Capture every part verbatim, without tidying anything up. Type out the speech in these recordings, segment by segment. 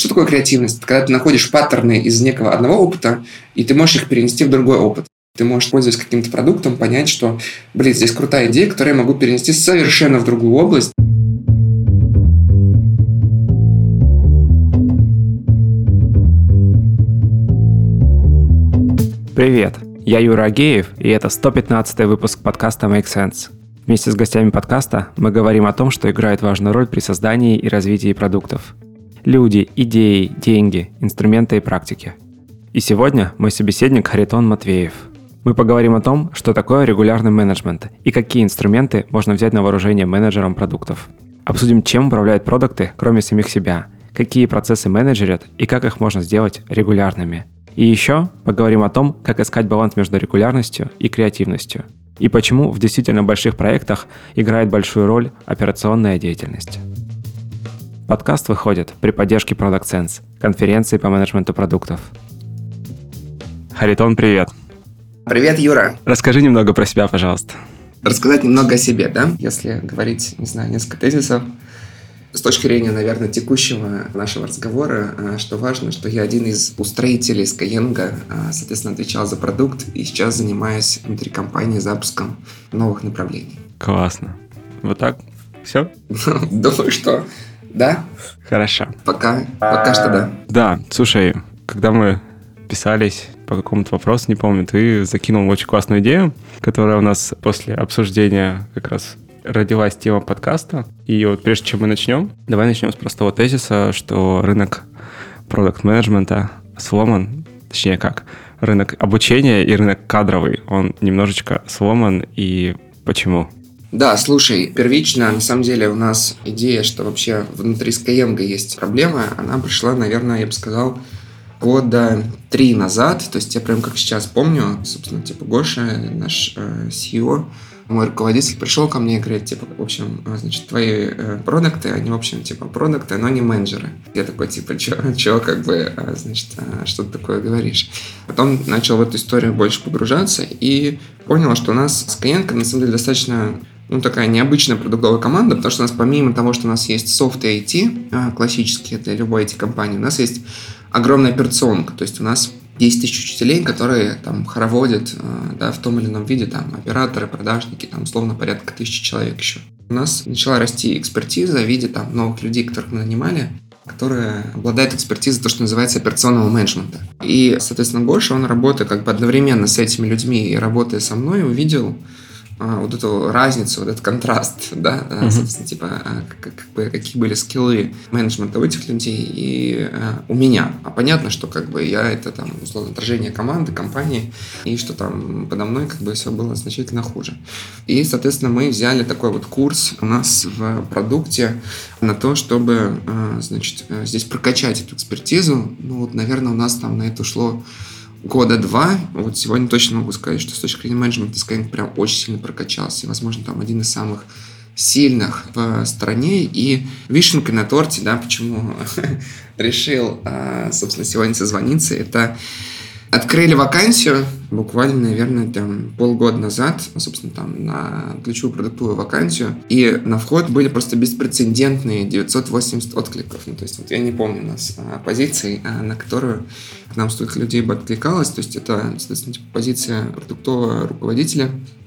Что такое креативность? Это когда ты находишь паттерны из некого одного опыта, и ты можешь их перенести в другой опыт. Ты можешь, пользуясь каким-то продуктом, понять, что, блин, здесь крутая идея, которую я могу перенести совершенно в другую область. Привет, я Юра Агеев, и это сто пятнадцатый выпуск подкаста Make Sense. Вместе с гостями подкаста мы говорим о том, что играет важную роль при создании и развитии продуктов. Люди, идеи, деньги, инструменты и практики. И сегодня мой собеседник Харитон Матвеев. Мы поговорим о том, что такое регулярный менеджмент и какие инструменты можно взять на вооружение менеджерам продуктов. Обсудим, чем управляют продукты, кроме самих себя, какие процессы менеджерят и как их можно сделать регулярными. И еще поговорим о том, как искать баланс между регулярностью и креативностью. И почему в действительно больших проектах играет большую роль операционная деятельность. Подкаст выходит при поддержке Product Sense, конференции по менеджменту продуктов. Харитон, привет. Привет, Юра. Расскажи немного про себя, пожалуйста. Рассказать немного о себе, да? Если говорить, не знаю, несколько тезисов. С точки зрения, наверное, текущего нашего разговора, что важно, что я один из устроителей Skyeng, соответственно, отвечал за продукт и сейчас занимаюсь внутри компании запуском новых направлений. Классно. Вот так? Все? Думаю, что да. Хорошо. Пока, пока что да. Да, слушай, когда мы писались по какому-то вопросу, не помню, ты закинул очень классную идею, которая у нас после обсуждения как раз родилась тема подкаста. И вот прежде чем мы начнем, давай начнем с простого тезиса, что рынок продакт-менеджмента сломан, точнее как, рынок обучения и рынок кадровый, он немножечко сломан, и почему? Да, слушай, первично, на самом деле, у нас идея, что вообще внутри Skyeng есть проблема, она пришла, наверное, я бы сказал, года три назад, то есть я прям как сейчас помню, собственно, типа Гоша, наш э, си и о, мой руководитель пришел ко мне и говорит, типа, в общем, значит, твои э, продукты, они, в общем, типа, продукты, но не менеджеры. Я такой, типа, чё, как бы, э, значит, э, что ты такое говоришь? Потом начал в эту историю больше погружаться и понял, что у нас Skyeng, на самом деле, достаточно, ну, такая необычная продуктовая команда, потому что у нас, помимо того, что у нас есть софт и ай ти, э, классические для любой ай ти-компании, у нас есть огромная операционка, то есть у нас десять тысяч учителей, которые там хороводят, да, в том или ином виде, там, операторы, продажники, там, условно, порядка тысячи человек еще. У нас начала расти экспертиза в виде там новых людей, которых мы нанимали, которые обладают экспертизой, то, что называется, операционного менеджмента. И, соответственно, Гоша, он работая как бы одновременно с этими людьми и работая со мной, увидел а, вот эту разницу, вот этот контраст, да, uh-huh. собственно, типа, а, как, как бы, какие были скиллы менеджмента у этих людей и а, у меня. А понятно, что как бы я это там, условно, отражение команды, компании, и что там подо мной как бы все было значительно хуже. И, соответственно, мы взяли такой вот курс у нас в продукте на то, чтобы, а, значит, здесь прокачать эту экспертизу. Ну, вот, наверное, у нас там на это ушло года два. Вот сегодня точно могу сказать, что с точки зрения менеджмента Skyeng прям очень сильно прокачался. И, возможно, там один из самых сильных в стране. И вишенкой на торте, да, почему решил, собственно, сегодня созвониться, это открыли вакансию буквально, наверное, там полгода назад, собственно, там на ключевую продуктовую вакансию, и на вход были просто беспрецедентные девятьсот восемьдесят откликов. Ну, то есть, вот я не помню у нас а, позиций, а, на которую к нам столько людей бы откликалось, то есть, это, соответственно, типа, позиция продуктового руководителя,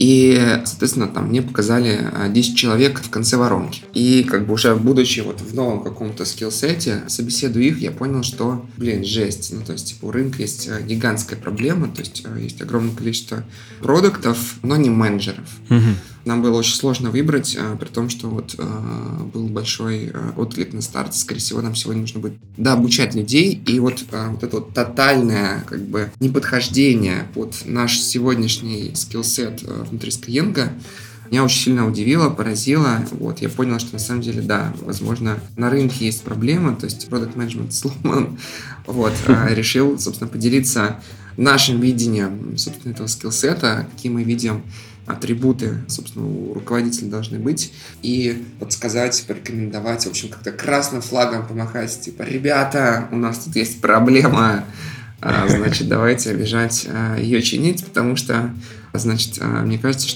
и, соответственно, там мне показали десять человек в конце воронки. И, как бы, уже будучи вот в новом каком-то скиллсете, собеседуя их, я понял, что, блин, жесть, ну, то есть, типа, у рынка есть гигантская проблема, то есть, есть огромное количество продуктов, но не менеджеров. Uh-huh. Нам было очень сложно выбрать, а, при том, что вот а, был большой а, отклик на старте. Скорее всего, нам сегодня нужно будет да, обучать людей. И вот, а, вот это вот тотальное как бы неподхождение под наш сегодняшний скиллсет а, внутри Skyeng меня очень сильно удивило, поразило. Вот, я понял, что на самом деле, да, возможно, на рынке есть проблема, то есть продакт менеджмент сломан. Вот, а, решил, собственно, поделиться нашим видением, собственно, этого скиллсета, какие мы видим атрибуты, собственно, у руководителя должны быть, и подсказать, порекомендовать, в общем, как-то красным флагом помахать, типа, ребята, у нас тут есть проблема, значит, давайте бежать ее чинить, потому что, значит, мне кажется, что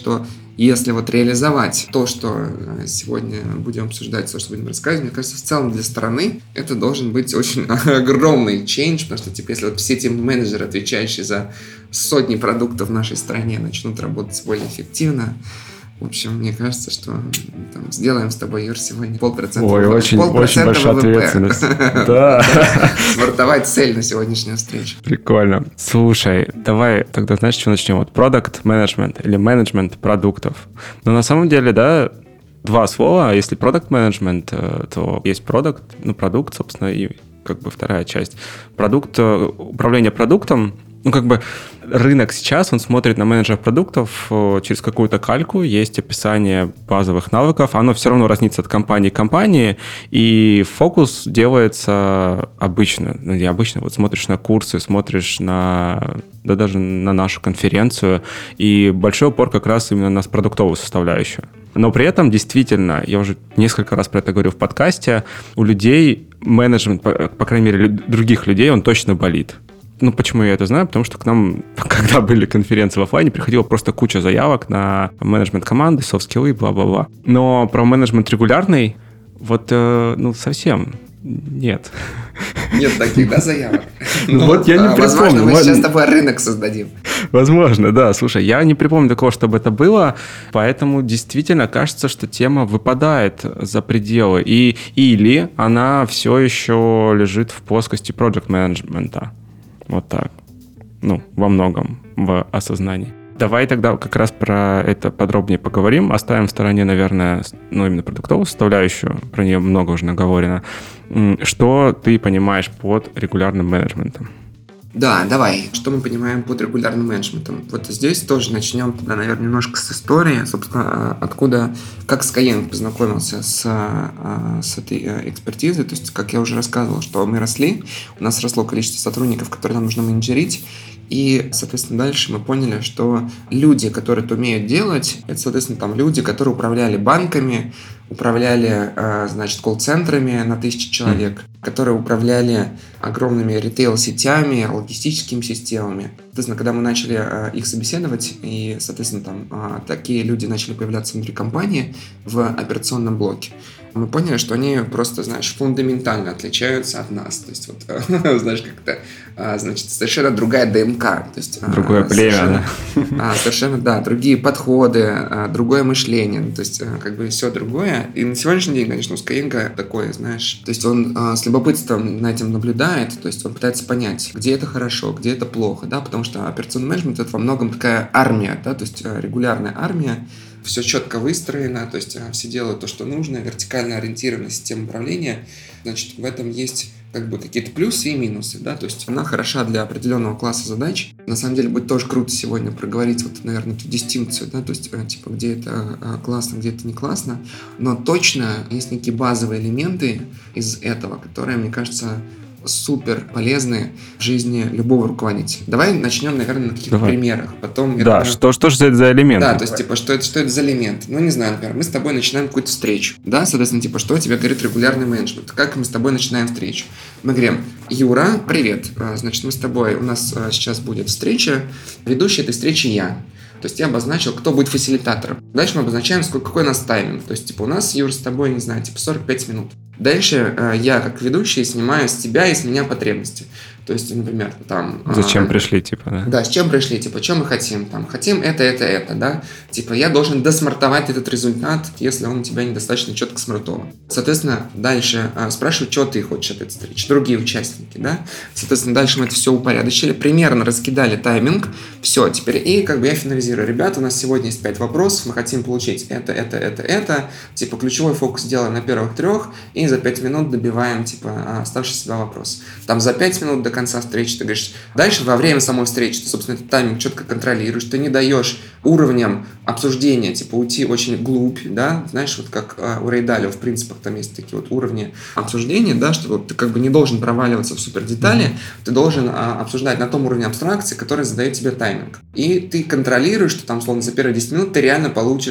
если вот реализовать то, что сегодня будем обсуждать, то, что будем рассказывать, мне кажется, в целом для страны это должен быть очень огромный change, потому что, типа, если вот все эти менеджеры, отвечающие за сотни продуктов в нашей стране, начнут работать более эффективно, в общем, мне кажется, что там, сделаем с тобой, Юр, сегодня полпроцента. Ой, очень, очень большая ответственность. Да. Стартовать цель на сегодняшнюю встречу. Прикольно. Слушай, давай тогда, знаешь, что начнем? Вот product management или менеджмент продуктов. Но на самом деле, да, два слова. Если product management, то есть product, ну, продукт, собственно, и как бы вторая часть. Продукт, управление продуктом. Ну, как бы рынок сейчас, он смотрит на менеджеров продуктов через какую-то кальку, есть описание базовых навыков, оно все равно разнится от компании к компании, и фокус делается обычно, ну, не обычно, вот смотришь на курсы, смотришь на, да даже на нашу конференцию, и большой упор как раз именно на продуктовую составляющую. Но при этом действительно, я уже несколько раз про это говорил в подкасте, у людей менеджмент, по, по крайней мере, других людей, он точно болит. Ну, почему я это знаю? Потому что к нам, когда были конференции в офлайне, приходила просто куча заявок на менеджмент команды, софт-скиллы, бла-бла-бла. Но про менеджмент регулярный вот, э, ну, совсем нет. Нет таких, да, заявок? Ну, вот я не припомню. Возможно, мы сейчас с тобой рынок создадим. Возможно, да. Слушай, я не припомню такого, чтобы это было, поэтому действительно кажется, что тема выпадает за пределы. И, или она все еще лежит в плоскости проект-менеджмента. Вот так. Ну, во многом в осознании. Давай тогда как раз про это подробнее поговорим. Оставим в стороне, наверное, ну, именно продуктовую составляющую. Про нее много уже наговорено. Что ты понимаешь под регулярным менеджментом? Да, давай. Что мы понимаем под регулярным менеджментом? Вот здесь тоже начнем тогда, наверное, немножко с истории. Собственно, откуда, как Skyeng познакомился с, с этой экспертизой. То есть, как я уже рассказывал, что мы росли, у нас росло количество сотрудников, которые нам нужно менеджерить. И, соответственно, дальше мы поняли, что люди, которые это умеют делать, это, соответственно, там люди, которые управляли банками, управляли, значит, колл-центрами на тысячи человек, которые управляли огромными ритейл-сетями, логистическими системами. Соответственно, когда мы начали их собеседовать, и, соответственно, там такие люди начали появляться внутри компании в операционном блоке, мы поняли, что они просто, знаешь, фундаментально отличаются от нас. То есть, вот, знаешь, как-то, значит, совершенно другая ДНК. То есть, другое племя, да? Совершенно, да, другие подходы, другое мышление. То есть, как бы все другое. И на сегодняшний день, конечно, у Skyeng такое, знаешь, то есть он с любопытством на этим наблюдает, то есть он пытается понять, где это хорошо, где это плохо, да, потому что операционный менеджмент — это во многом такая армия, да, то есть регулярная армия, все четко выстроено, то есть все делают то, что нужно, вертикально ориентированная система управления, значит, в этом есть как бы какие-то плюсы и минусы, да, то есть она хороша для определенного класса задач. На самом деле будет тоже круто сегодня проговорить вот, наверное, эту дистинкцию, да, то есть типа где это классно, где это не классно, но точно есть некие базовые элементы из этого, которые, мне кажется, супер полезны в жизни любого руководителя. Давай начнем, наверное, на каких-то Давай. примерах. Потом да, это... что, что же это за элемент? Да, то есть, типа, что это, что это за элемент? Ну, не знаю, например, мы с тобой начинаем какую-то встречу. Да, соответственно, типа, что тебе говорит регулярный менеджмент? Как мы с тобой начинаем встречу? Мы говорим: Юра, привет. Значит, мы с тобой, у нас сейчас будет встреча. Ведущий этой встречи я. То есть я обозначил, кто будет фасилитатором. Дальше мы обозначаем, сколько, какой у нас тайминг. То есть, типа, у нас, Юр, с тобой, не знаю, типа сорок пять минут. Дальше э, я, как ведущий, снимаю с тебя и с меня потребности. То есть, например, там... Зачем э, пришли, типа, да? Да, с чем пришли, типа, что мы хотим, там, хотим это, это, это, да? Типа, я должен досмартовать этот результат, если он у тебя недостаточно четко смартован. Соответственно, дальше э, спрашивают, что ты хочешь от этой встречи, другие участники, да? Соответственно, дальше мы это все упорядочили, примерно раскидали тайминг, все, теперь, и как бы я финализирую. Ребята, у нас сегодня есть пять вопросов, мы хотим получить это, это, это, это, типа, ключевой фокус делаем на первых трех, и за пять минут добиваем, типа, оставшиеся два вопроса. Там за пять минут до конца встречи ты говоришь, дальше во время самой встречи ты, собственно, этот тайминг четко контролируешь, ты не даешь уровням обсуждения, типа, уйти очень глубь, да, знаешь, вот как а, у Рейдалио в принципах там есть такие вот уровни обсуждения, да, что вот ты как бы не должен проваливаться в супер детали, mm-hmm. ты должен а, обсуждать на том уровне абстракции, который задает тебе тайминг. И ты контролируешь, что там, словно, за первые десять минут ты реально получишь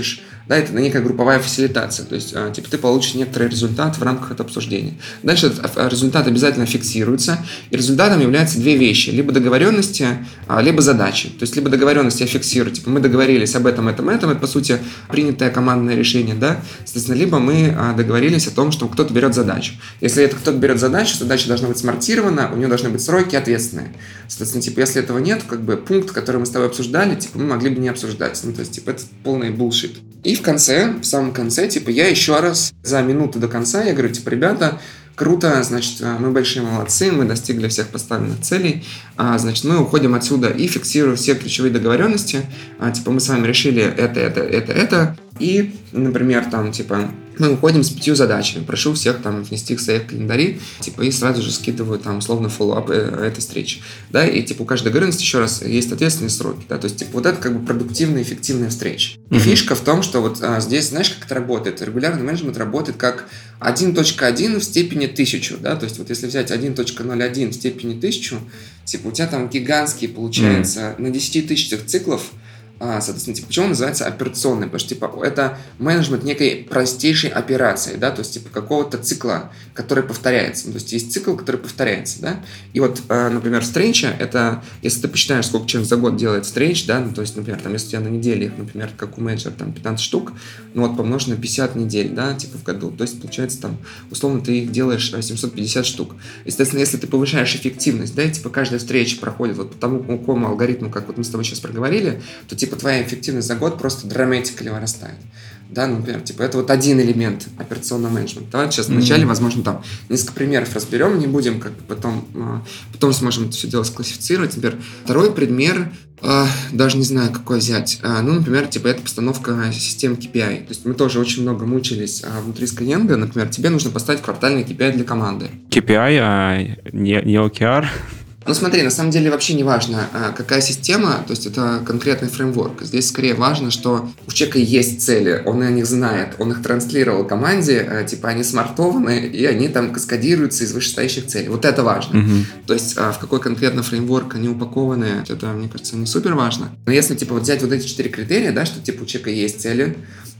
Да, это некая групповая фасилитация, то есть, типа, ты получишь некоторый результат в рамках этого обсуждения. Дальше этот результат обязательно фиксируется, и результатом являются две вещи, либо договоренности, либо задачи. То есть, либо договоренности я фиксирую, типа, мы договорились об этом, этом, этом, это, по сути, принятое командное решение, да, соответственно, либо мы договорились о том, что кто-то берет задачу. Если это кто-то берет задачу, задача должна быть смартирована, у нее должны быть сроки ответственные. Соответственно, типа, если этого нет, как бы пункт, который мы с тобой обсуждали, типа, мы могли бы не обсуждать. Ну, то есть, типа, это полный булшит. И в конце, в самом конце, типа, я еще раз за минуту до конца, я говорю, типа, ребята, круто, значит, мы большие молодцы, мы достигли всех поставленных целей, а, значит, мы уходим отсюда и фиксируем все ключевые договоренности, а, типа, мы с вами решили это, это, это, это, и, например, там, типа, мы уходим с пятью задачами, прошу всех там внести их в свои календари, типа, и сразу же скидываю там, условно, фоллоуап этой встречи, да, и, типа, у каждой договоренности, еще раз, есть ответственные сроки, да, то есть, типа, вот это, как бы, продуктивная, эффективная встреча. И mm-hmm. фишка в том, что вот а, здесь, знаешь, как это работает? Регулярный менеджмент работает как один точка один в степени тысячу, да, то есть, вот если взять один точка ноль один в степени тысячу, типа, у тебя там гигантские, получается, mm-hmm. на десяти тысячах циклов. А, соответственно, типа, почему он называется операционный? Потому что, типа, это менеджмент некой простейшей операции, да, то есть, типа, какого-то цикла, который повторяется. Ну, то есть, есть цикл, который повторяется, да. И вот, э, например, встреча, это, если ты посчитаешь, сколько человек за год делает встреч, да, ну, то есть, например, там, если у тебя на неделе их, например, как у менеджера, там, пятнадцать штук, ну, вот, помножь на пятьдесят недель, да, типа, в году, то есть, получается, там, условно, ты их делаешь семьсот пятьдесят штук. Естественно, если ты повышаешь эффективность, да, и, типа, каждая встреча проходит вот по тому какому алгоритму, как вот мы с тобой сейчас проговорили, то, типа, твоя эффективность за год просто драматически вырастает. Да, например, типа, это вот один элемент операционного менеджмента. Давайте сейчас mm-hmm. вначале, возможно, там несколько примеров разберем, не будем, как бы потом, потом сможем это все дело склассифицировать. Например, второй пример, даже не знаю, какой взять. Ну, например, типа, это постановка системы кей пи ай. То есть мы тоже очень много мучились внутри Skyeng. Например, тебе нужно поставить квартальный кей пи ай для команды. кей пи ай, а не, не о кей ар? Ну смотри, на самом деле вообще не важно, какая система, то есть это конкретный фреймворк. Здесь скорее важно, что у человека есть цели, он о них знает, он их транслировал команде, типа они смартованы, и они там каскадируются из вышестоящих целей. Вот это важно. Mm-hmm. То есть в какой конкретно фреймворк они упакованы, это, мне кажется, не супер важно. Но если типа вот взять вот эти четыре критерия, да, что типа у человека есть цели,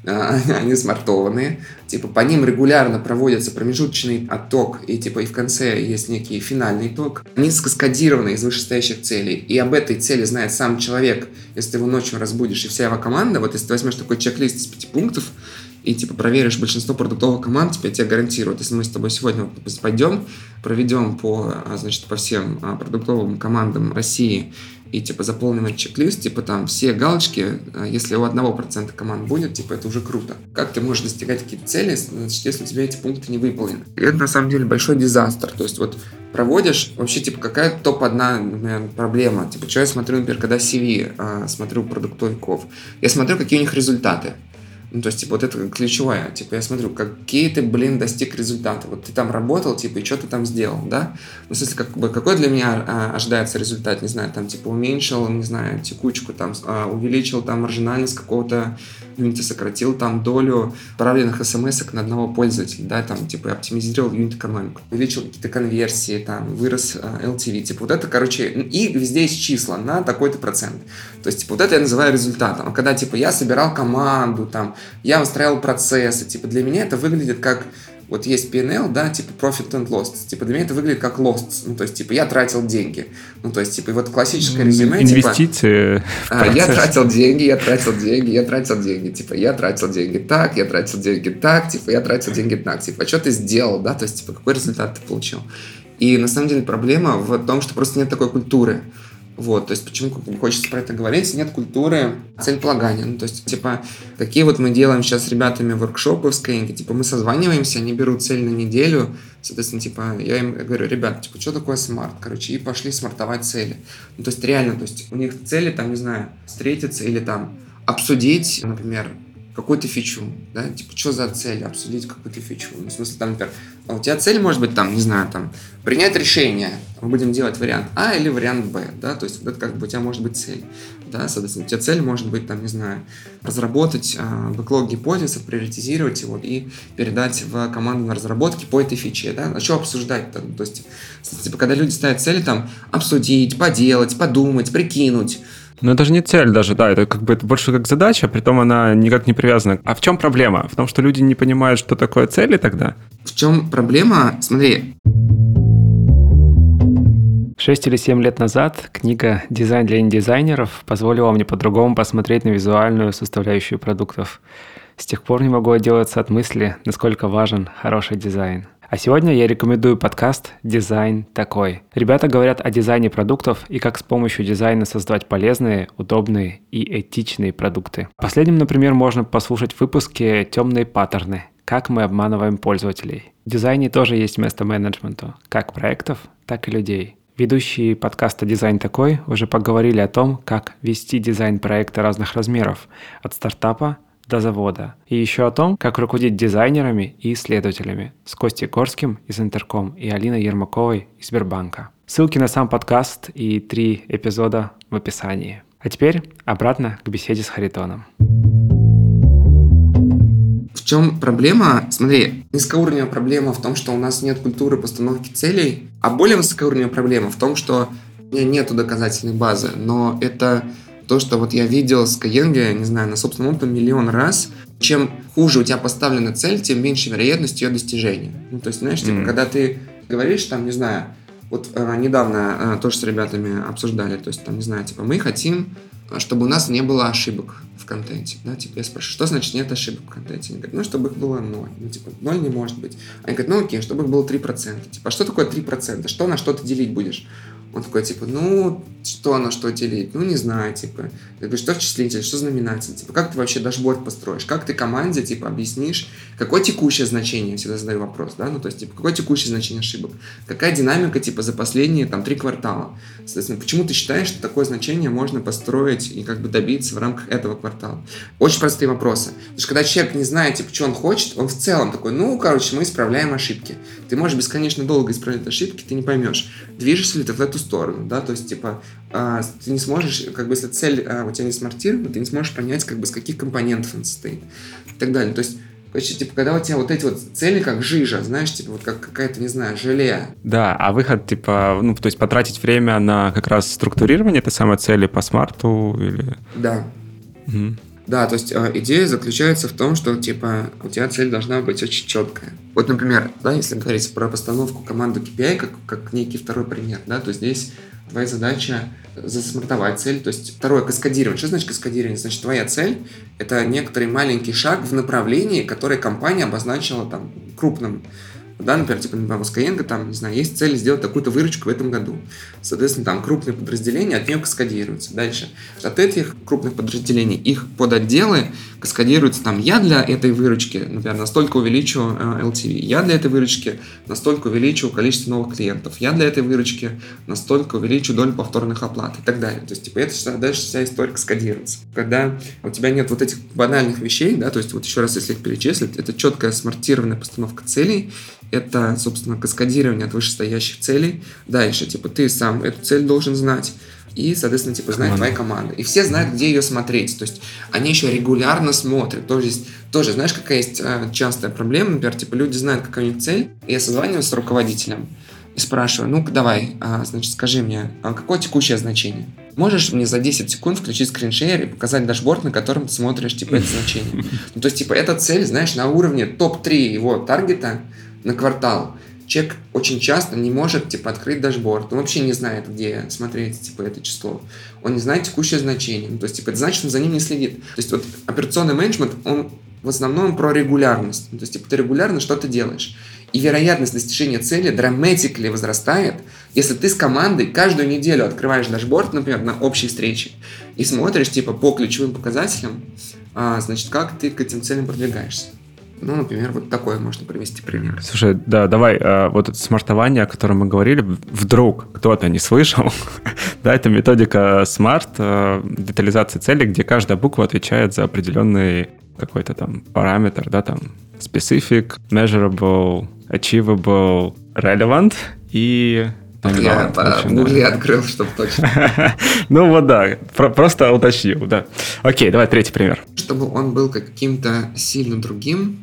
они смартованные, типа по ним регулярно проводится промежуточный отток, и типа и в конце есть некий финальный итог. Они скаскадированы из вышестоящих целей, и об этой цели знает сам человек, если ты его ночью разбудишь, и вся его команда. Вот если ты возьмешь такой чек-лист из пяти пунктов и типа проверишь большинство продуктовых команд, типа, я тебе гарантирую, если мы с тобой сегодня вот пойдем, проведем по, значит, по всем продуктовым командам России и типа заполним этот чек-лист, типа там все галочки, если у одного процента команд будет, типа это уже круто. Как ты можешь достигать какие-то цели, значит, если у тебя эти пункты не выполнены? И это на самом деле большой дизастер. То есть вот проводишь, вообще типа какая топ-одна, например, проблема. Типа что я смотрю, например, когда си ви а, смотрю продуктовиков, я смотрю, какие у них результаты. Ну, то есть, типа, вот это ключевое. Типа, я смотрю, какие ты, блин, достиг результата. Вот ты там работал, типа, и что ты там сделал, да? Ну, в смысле, как бы, какой для меня а, ожидается результат? Не знаю, там, типа, уменьшил, не знаю, текучку, там, а, увеличил там маржинальность какого-то юнита, сократил там долю отправленных смс-ок на одного пользователя, да, там, типа, оптимизировал юнит-экономику, увеличил какие-то конверсии, там, вырос а, эл ти ви, типа, вот это, короче, и везде есть числа на такой-то процент. То есть, типа, вот это я называю результатом. А когда, типа, я собирал команду, там, я выстраивал процессы, типа, для меня это выглядит как, вот есть пи эн эл, да, типа, profit and loss, типа, для меня это выглядит как loss, ну, то есть, типа, я тратил деньги, ну, то есть, типа, вот классическое резюме, инвестиции, типа, а, я тратил деньги, я тратил деньги, я тратил деньги, типа, я тратил деньги так, я тратил деньги так, типа, я тратил деньги так, типа, а что ты сделал, да, то есть, типа, какой результат ты получил. И, на самом деле, проблема в том, что просто нет такой культуры. Вот, то есть, почему хочется про это говорить, нет культуры целеполагания. Ну, то есть, типа, какие вот мы делаем сейчас с ребятами воркшопы в Skyeng, типа, мы созваниваемся, они берут цель на неделю, соответственно, типа, я им говорю, ребята, типа, что такое смарт, короче, и пошли смартовать цели. Ну, то есть, реально, то есть, у них цели, там, не знаю, встретиться или там обсудить, например, какую-то фичу, да, типа, что за цель, обсудить какую-то фичу, ну, в смысле, там, например, а у тебя цель может быть, там, не знаю, там, принять решение, мы будем делать вариант А или вариант Б, да, то есть, вот это как бы у тебя может быть цель, да, соответственно, у тебя цель может быть, там, не знаю, разработать э, бэклог гипотезы, приоритизировать его и передать в команду на разработке по этой фиче, да, а что обсуждать-то, то есть, типа, когда люди ставят цели, там, обсудить, поделать, подумать, прикинуть, Ну, это же не цель даже, да, это как бы это больше как задача, притом она никак не привязана. А в чем проблема? В том, что люди не понимают, что такое цели тогда? В чем проблема? Смотри. Шесть или семь лет назад книга «Дизайн для индизайнеров» позволила мне по-другому посмотреть на визуальную составляющую продуктов. С тех пор не могу отделаться от мысли, насколько важен хороший дизайн. А сегодня я рекомендую подкаст «Дизайн такой». Ребята говорят о дизайне продуктов и как с помощью дизайна создавать полезные, удобные и этичные продукты. Последним, например, можно послушать в выпуске «Темные паттерны. Как мы обманываем пользователей». В дизайне тоже есть место менеджменту, как проектов, так и людей. Ведущие подкаста «Дизайн такой» уже поговорили о том, как вести дизайн проекта разных размеров, от стартапа до завода. И еще о том, как руководить дизайнерами и исследователями с Костей Горским из Интерком и Алиной Ермаковой из Сбербанка. Ссылки на сам подкаст и три эпизода в описании. А теперь обратно к беседе с Харитоном. В чем проблема? Смотри, низкоуровневая проблема в том, что у нас нет культуры постановки целей, а более высокоуровневая проблема в том, что у меня нету доказательной базы, но это то, что вот я видел с Skyeng, не знаю, на собственном опыте миллион раз. Чем хуже у тебя поставлена цель, тем меньше вероятность ее достижения. Ну, то есть, знаешь, типа, mm. когда ты говоришь, там, не знаю, вот э, недавно э, тоже с ребятами обсуждали, то есть, там, не знаю, типа, мы хотим, чтобы у нас не было ошибок в контенте, да, типа, я спрашиваю, что значит нет ошибок в контенте? Они говорят, ну, чтобы их было ноль, ну, типа, ноль не может быть. Они говорят, ну, окей, чтобы их было три процента. Типа, а что такое три процента? Что на что ты делить будешь? Он такой, типа, ну, что на что делить? Ну, не знаю, типа. Я говорю, что числитель, что знаменатель? Типа, как ты вообще дашборд построишь? Как ты команде, типа, объяснишь, какое текущее значение? Я всегда задаю вопрос, да? Ну, то есть, типа, какое текущее значение ошибок? Какая динамика, типа, за последние, там, три квартала? Соответственно, почему ты считаешь, что такое значение можно построить и, как бы, добиться в рамках этого квартала? Очень простые вопросы. Потому что, когда человек не знает, типа, что он хочет, он в целом такой, ну, короче, мы исправляем ошибки. Ты можешь бесконечно долго исправлять ошибки, ты не поймешь, движешься ли ты в эту сторону, да, то есть, типа, э, ты не сможешь, как бы, если цель э, у тебя не смартирована, ты не сможешь понять, как бы, с каких компонентов она состоит и так далее, то есть, короче, типа, когда у тебя вот эти вот цели, как жижа, знаешь, типа, вот как какая-то, не знаю, желе. Да, а выход, типа, ну, то есть, потратить время на как раз структурирование этой самой цели по смарту или... Да. Угу. Да, то есть э, идея заключается в том, что, типа, у тебя цель должна быть очень четкая. Вот, например, да, если говорить про постановку команды кей пи ай, как, как некий второй пример, да, то здесь твоя задача засмартовать цель, то есть второе, каскадирование. Что значит каскадирование? Значит, твоя цель – это некоторый маленький шаг в направлении, которое компания обозначила там крупным. Да, например, типа, например, у Skyeng, там, не знаю, есть цель сделать такую-то выручку в этом году. Соответственно, там крупные подразделения от нее каскадируются. Дальше. От этих крупных подразделений их подотделы каскадируются там, я для этой выручки, например, настолько увеличу э, эл ти ви, я для этой выручки настолько увеличу количество новых клиентов, я для этой выручки настолько увеличу долю повторных оплат и так далее. То есть, типа, это дальше вся история каскадируется. Когда у тебя нет вот этих банальных вещей, да, то есть, вот еще раз, если их перечислить, это четкая смартированная постановка целей, это, собственно, каскадирование от вышестоящих целей. Дальше, типа, ты сам эту цель должен знать. И, соответственно, типа, знает твоя команда. И все знают, где ее смотреть. То есть, они еще регулярно смотрят. Тоже, есть, тоже знаешь, какая есть а, частая проблема? Например, типа, люди знают, какая у них цель. И я созваниваюсь с руководителем и спрашиваю, ну-ка, давай, а, значит, скажи мне, а какое текущее значение? Можешь мне за десять секунд включить скриншейер и показать дашборд, на котором ты смотришь, типа, это значение? Ну, то есть, типа, эта цель, знаешь, на уровне топ три его таргета на квартал. Человек очень часто не может, типа, открыть дашборд. Он вообще не знает, где смотреть, типа, это число. Он не знает текущее значение. Ну, то есть, типа, это значит, он за ним не следит. То есть, вот операционный менеджмент, он в основном про регулярность. Ну, то есть, типа, ты регулярно что-то делаешь. И вероятность достижения цели драматически возрастает, если ты с командой каждую неделю открываешь дашборд, например, на общей встрече, и смотришь, типа, по ключевым показателям, а, значит, как ты к этим целям продвигаешься. Ну, например, вот такое можно привести пример. Слушай, да, давай, э, вот это смартование, о котором мы говорили, вдруг кто-то не слышал, да, это методика SMART, э, детализации цели, где каждая буква отвечает за определенный какой-то там параметр, да, там specific, measurable, achievable, relevant и... Я в Гугле открыл, чтобы точно. Ну вот да, просто уточнил, да. Окей, давай третий пример. Чтобы он был каким-то сильно другим,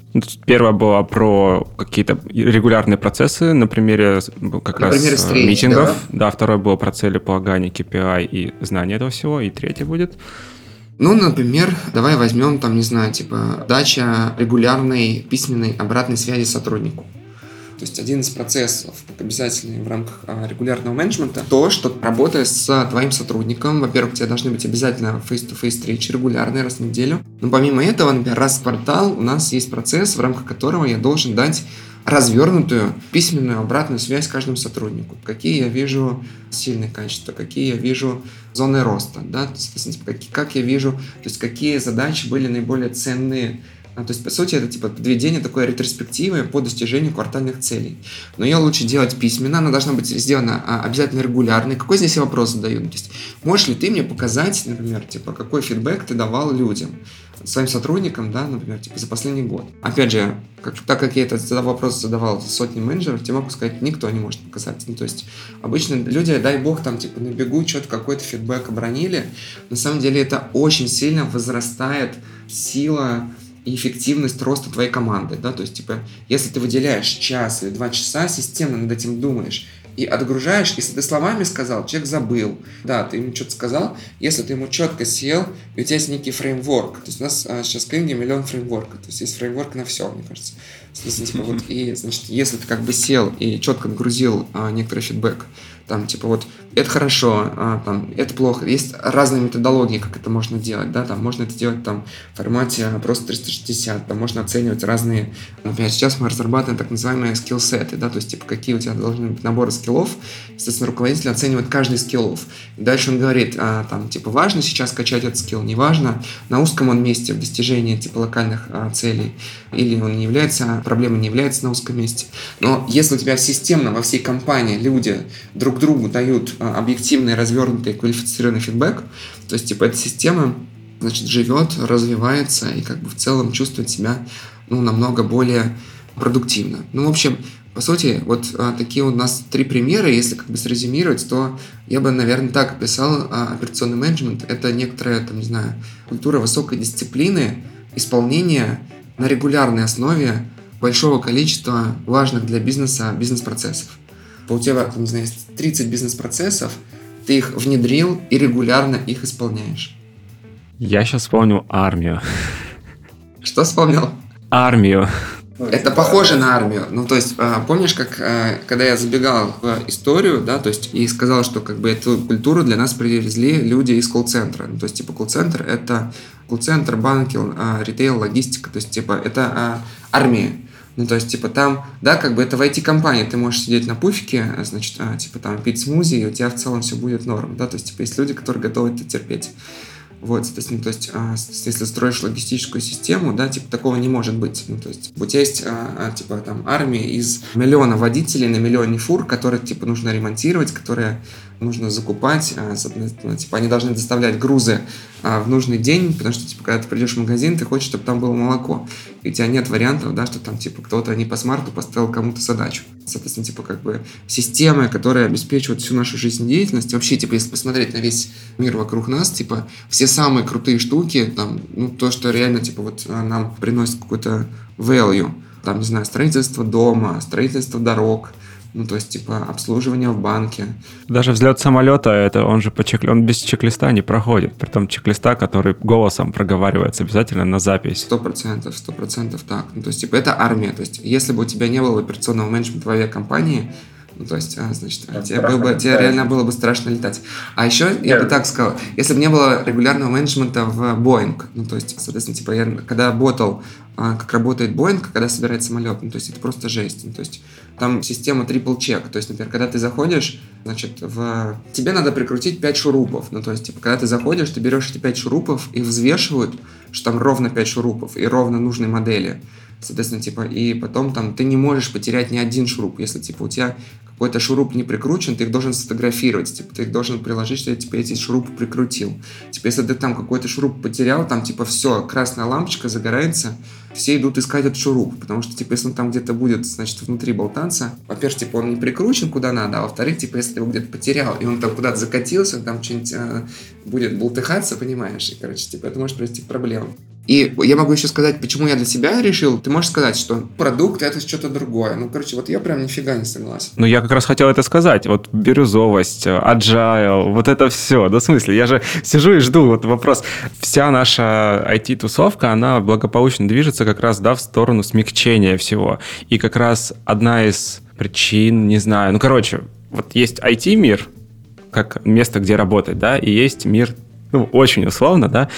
Первая была про какие-то регулярные процессы на примере как на раз примере встреч, митингов. Да. да, второе было про целеполагание, кей пи ай и знание этого всего. И третье будет... Ну, например, давай возьмем, там, не знаю, типа, дача регулярной письменной обратной связи сотруднику. То есть один из процессов обязательный в рамках а, регулярного менеджмента то, что работая с твоим сотрудником, во-первых, у тебя должны быть обязательно face-to-face встречи регулярные раз в неделю. Но помимо этого, например, раз в квартал у нас есть процесс, в рамках которого я должен дать развернутую письменную обратную связь каждому сотруднику. Какие я вижу сильные качества, какие я вижу зоны роста, да, то есть, как, как я вижу, то есть какие задачи были наиболее ценные. То есть, по сути, это типа подведение такой ретроспективы по достижению квартальных целей. Но ее лучше делать письменно, она должна быть сделана а, обязательно регулярной. Какой здесь я вопрос задаю? То есть, можешь ли ты мне показать, например, типа, какой фидбэк ты давал людям, своим сотрудникам, да, например, типа, за последний год? Опять же, как, так как я этот вопрос задавал сотни менеджеров, тебе могу сказать, никто не может показать. Ну, то есть, обычно люди, дай бог, там, типа, на бегу что-то, какой-то фидбэк обронили. На самом деле, это очень сильно возрастает сила и эффективность роста твоей команды, да, то есть, типа, если ты выделяешь час или два часа, системно над этим думаешь и отгружаешь, если ты словами сказал, человек забыл, да, ты ему что-то сказал, если ты ему четко сел, и у тебя есть некий фреймворк, то есть у нас а, сейчас в Клинге миллион фреймворка, то есть есть фреймворк на все, мне кажется, если, типа, вот, и, значит, если ты как бы сел и четко отгрузил а, некоторый фидбэк, там, типа, вот, это хорошо, а, там, это плохо. Есть разные методологии, как это можно делать, да, там, можно это делать, там, в формате просто триста шестьдесят, там, можно оценивать разные, например, сейчас мы разрабатываем так называемые скиллсеты, да, то есть, типа, какие у тебя должны быть наборы скиллов, естественно, руководитель оценивает каждый из скиллов. И дальше он говорит, а, там, типа, важно сейчас качать этот скилл, не важно, на узком он месте в достижении, типа, локальных а, целей, или он не является, проблема не является на узком месте. Но если у тебя системно во всей компании люди друг другу дают а, объективный, развернутый, квалифицированный фидбэк, то есть, типа, эта система, значит, живет, развивается и как бы в целом чувствует себя, ну, намного более продуктивно. Ну, в общем, по сути, вот а, такие у нас три примера. Если как бы срезюмировать, то я бы, наверное, так описал а, операционный менеджмент. Это некоторая, там, не знаю, культура высокой дисциплины, исполнения на регулярной основе большого количества важных для бизнеса бизнес-процессов. У тебя, там, не знаю, есть тридцать бизнес-процессов, ты их внедрил и регулярно их исполняешь. Я сейчас вспомнил армию. Что вспомнил? Армию. Это похоже на армию. Ну, то есть, помнишь, как когда я забегал в историю, да, то есть, и сказал, что как бы эту культуру для нас привезли люди из колл-центра. Ну, то есть, типа, колл-центр — это колл-центр, банки, ритейл, логистика, то есть, типа, это армия. Ну, то есть, типа, там, да, как бы это в ай ти-компании, ты можешь сидеть на пуфике, значит, типа, там, пить смузи, и у тебя в целом все будет норм, да, то есть, типа, есть люди, которые готовы это терпеть. Вот, соответственно, то есть, а, если строишь логистическую систему, да, типа, такого не может быть. Ну, то есть, у тебя есть, а, типа, там, армия из миллиона водителей на миллионе фур, которые, типа, нужно ремонтировать, которые нужно закупать, а, соответственно, типа, они должны доставлять грузы а, в нужный день, потому что, типа, когда ты придешь в магазин, ты хочешь, чтобы там было молоко. И у тебя нет вариантов, да, что там, типа, кто-то не по смарту поставил кому-то задачу. Соответственно, типа, как бы, системы, которые обеспечивают всю нашу жизнедеятельность, вообще, типа, если посмотреть на весь мир вокруг нас, типа, все самые крутые штуки, там, ну, то, что реально, типа, вот нам приносит какой-то value, там, не знаю, строительство дома, строительство дорог, ну, то есть, типа, обслуживание в банке. Даже взлет самолета, это он же по чек... он без чек-листа не проходит. Притом чек-листа, который голосом проговаривается обязательно на запись. Сто процентов, сто процентов так. Ну, то есть, типа, это армия. То есть, если бы у тебя не было операционного менеджмента в авиакомпании, ну, то есть, а, значит, тебе, было бы, тебе реально было бы страшно летать. А еще, yeah. я бы так сказал, если бы не было регулярного менеджмента в Boeing, ну, то есть, соответственно, типа, я когда работал, а, как работает Boeing, когда собирает самолет, ну, то есть, это просто жесть. Ну, то есть, там система трипл чек, то есть, например, когда ты заходишь, значит, в... тебе надо прикрутить пять шурупов, ну, то есть, типа, когда ты заходишь, ты берешь эти пять шурупов и взвешивают, что там ровно пять шурупов и ровно нужной модели. Соответственно, типа, и потом там ты не можешь потерять ни один шуруп. Если, типа, у тебя какой-то шуруп не прикручен, ты их должен сфотографировать, типа, ты их должен приложить, что я, типа, эти шурупы прикрутил. Типа, если ты там какой-то шуруп потерял, там, типа, все, красная лампочка загорается, все идут искать этот шуруп, потому что, типа, если он там где-то будет, значит, внутри болтаться, во-первых, типа, он не прикручен куда надо, а во-вторых, типа, если ты его где-то потерял, и он там куда-то закатился, там что-нибудь э, будет болтыхаться, понимаешь, и, короче, типа, это может привести к проблемам. И я могу еще сказать, почему я для себя решил. Ты можешь сказать, что продукт – это что-то другое. Ну, короче, вот я прям нифига не согласен. Ну, я как раз хотел это сказать. Вот бирюзовость, agile, вот это все. Да, в смысле, я же сижу и жду вот вопрос. Вся наша ай ти-тусовка, она благополучно движется как раз, да, в сторону смягчения всего. И как раз одна из причин, не знаю, ну, короче, вот есть ай ти-мир, как место, где работать, да, и есть мир, ну, очень условно, да,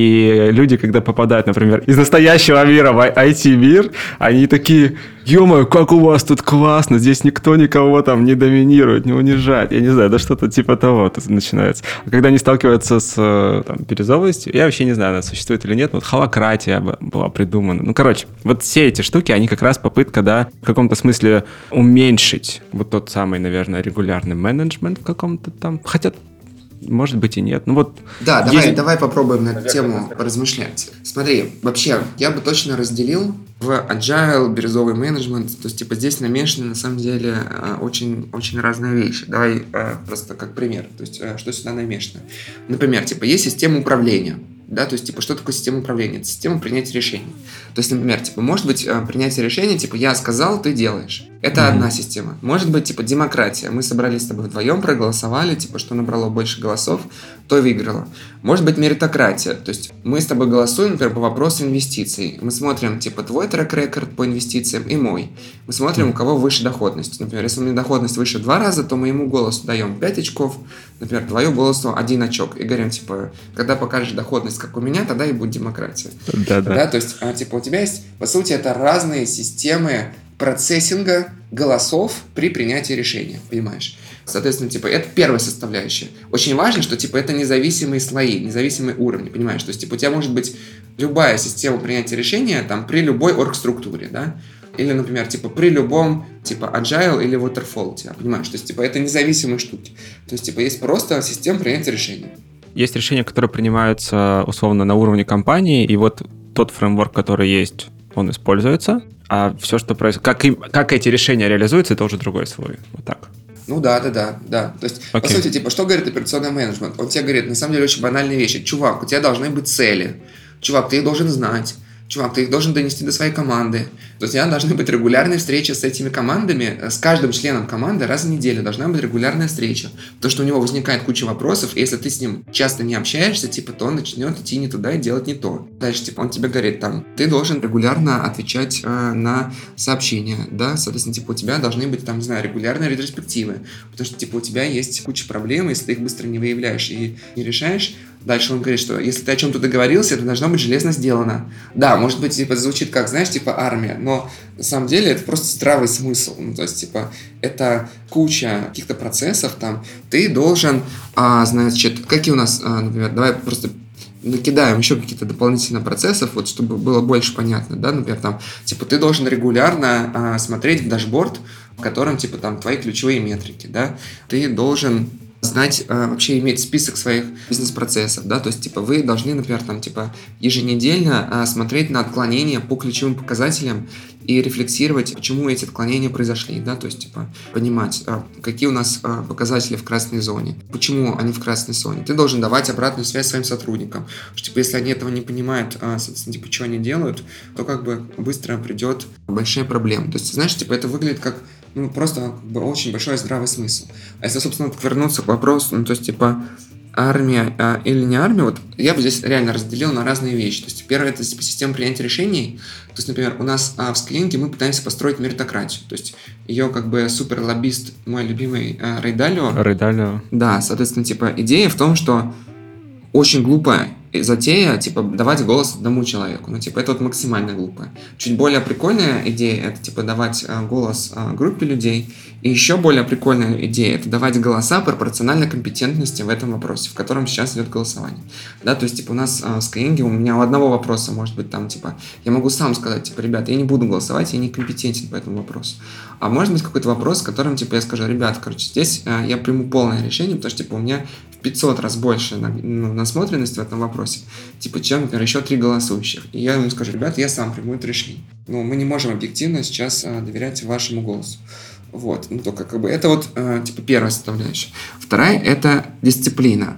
и люди, когда попадают, например, из настоящего мира в ай ти-мир, они такие: ё-моё, как у вас тут классно, здесь никто никого там не доминирует, не унижает, я не знаю, да что-то типа того начинается. А когда они сталкиваются с там, бирюзовостью, я вообще не знаю, она существует или нет, вот холакратия была придумана. Ну, короче, вот все эти штуки, они как раз попытка, да, в каком-то смысле уменьшить вот тот самый, наверное, регулярный менеджмент в каком-то там, хотя может быть и нет. Ну вот. Да, есть... давай, давай попробуем на эту тему поразмышлять. Смотри, вообще, я бы точно разделил в agile, бирюзовый менеджмент. То есть, типа, здесь намешаны, на самом деле, очень, очень разные вещи. Давай просто как пример. То есть, что сюда намешано. Например, типа, есть система управления. Да, то есть, типа, что такое система управления? Это система принятия решений. То есть, например, типа, может быть, принятие решений, типа, я сказал, ты делаешь. Это mm-hmm. одна система. Может быть, типа, демократия. Мы собрались с тобой вдвоем, проголосовали, типа, что набрало больше голосов, то выиграло. Может быть, меритократия. То есть, мы с тобой голосуем, например, по вопросу инвестиций. Мы смотрим, типа, твой трек-рекорд по инвестициям и мой. Мы смотрим, mm-hmm. у кого выше доходность. Например, если у меня доходность выше в два раза, то моему голосу даем пять очков, например, твою голосу один очок. И говорим, типа, когда покажешь доходность, как у меня, тогда и будет демократия. Да-да. Да, то есть, типа, у тебя есть, по сути, это разные системы процессинга голосов при принятии решения, понимаешь? Соответственно, типа, это первая составляющая. Очень важно, что, типа, это независимые слои, независимые уровни, понимаешь? То есть, типа, у тебя может быть любая система принятия решения, там, при любой оргструктуре, да? Или, например, типа, при любом, типа, agile или waterfall, у тебя, понимаешь? То есть, типа, это независимые штуки. То есть, типа, есть просто система принятия решений. Есть решения, которые принимаются, условно, на уровне компании, и вот тот фреймворк, который есть, он используется, а все, что происходит, как, им, как эти решения реализуются, это уже другой слой. Вот так. Ну да, да, да, да. То есть, okay. по сути, типа, что говорит операционный менеджмент? Он тебе говорит, на самом деле, очень банальные вещи. Чувак, у тебя должны быть цели. Чувак, ты их должен знать. Чувак, ты их должен донести до своей команды. То есть у тебя должны быть регулярные встречи с этими командами. С каждым членом команды раз в неделю должна быть регулярная встреча. Потому что у него возникает куча вопросов, и если ты с ним часто не общаешься, типа, то он начнет идти не туда и делать не то. Дальше, типа, он тебе говорит, там, ты должен регулярно отвечать э, на сообщения, да, соответственно, типа, у тебя должны быть, там, не знаю, регулярные ретроспективы. Потому что, типа, у тебя есть куча проблем, если ты их быстро не выявляешь и не решаешь. Дальше он говорит, что если ты о чем-то договорился, это должно быть железно сделано. Да, может быть, типа, звучит как, знаешь, типа армия, но на самом деле это просто здравый смысл. Ну, то есть, типа, это куча каких-то процессов, там, ты должен, а, значит, какие у нас, а, например, давай просто накидаем еще какие-то дополнительные процессов, вот, чтобы было больше понятно, да, например, там, типа, ты должен регулярно а, смотреть в дашборд, в котором, типа, там, твои ключевые метрики, да, ты должен знать, э, вообще иметь список своих бизнес-процессов, да, то есть, типа, вы должны, например, там, типа, еженедельно э, смотреть на отклонения по ключевым показателям и рефлексировать, почему эти отклонения произошли, да, то есть, типа, понимать, э, какие у нас э, показатели в красной зоне, почему они в красной зоне. Ты должен давать обратную связь своим сотрудникам, что, типа, если они этого не понимают, э, соответственно, типа, что они делают, то, как бы, быстро придет большая проблема. То есть, знаешь, типа, это выглядит как ну, просто как бы очень большой здравый смысл. А если, собственно, вернуться к вопросу, ну, то есть, типа, армия а, или не армия, вот я бы здесь реально разделил на разные вещи. То есть, первое, это типа, система принятия решений. То есть, например, у нас а, в Skyeng мы пытаемся построить меритократию. То есть, ее как бы супер лоббист, мой любимый а, Рэй Далио. Рэй Далио. Да, соответственно, типа, идея в том, что очень глупая затея, типа, давать голос одному человеку. Ну, типа, это вот максимально глупо. Чуть более прикольная идея – это, типа, давать а, голос а, группе людей. И еще более прикольная идея – это давать голоса пропорционально компетентности в этом вопросе, в котором сейчас идет голосование. Да, то есть, типа, у нас а, в Skyeng у меня у одного вопроса может быть там, типа, я могу сам сказать, типа, ребята, я не буду голосовать, я не компетентен по этому вопросу. А может быть какой-то вопрос, в котором, типа, я скажу, ребята, короче, здесь а, я приму полное решение, потому что, типа, у меня пятьсот раз больше ну, насмотренность в этом вопросе, типа, чем, например, еще три голосующих. И я ему скажу, ребята, я сам приму это решение. Но мы не можем объективно сейчас а, доверять вашему голосу. Вот, ну, только как бы это вот, а, типа, первая составляющая. Вторая – это дисциплина.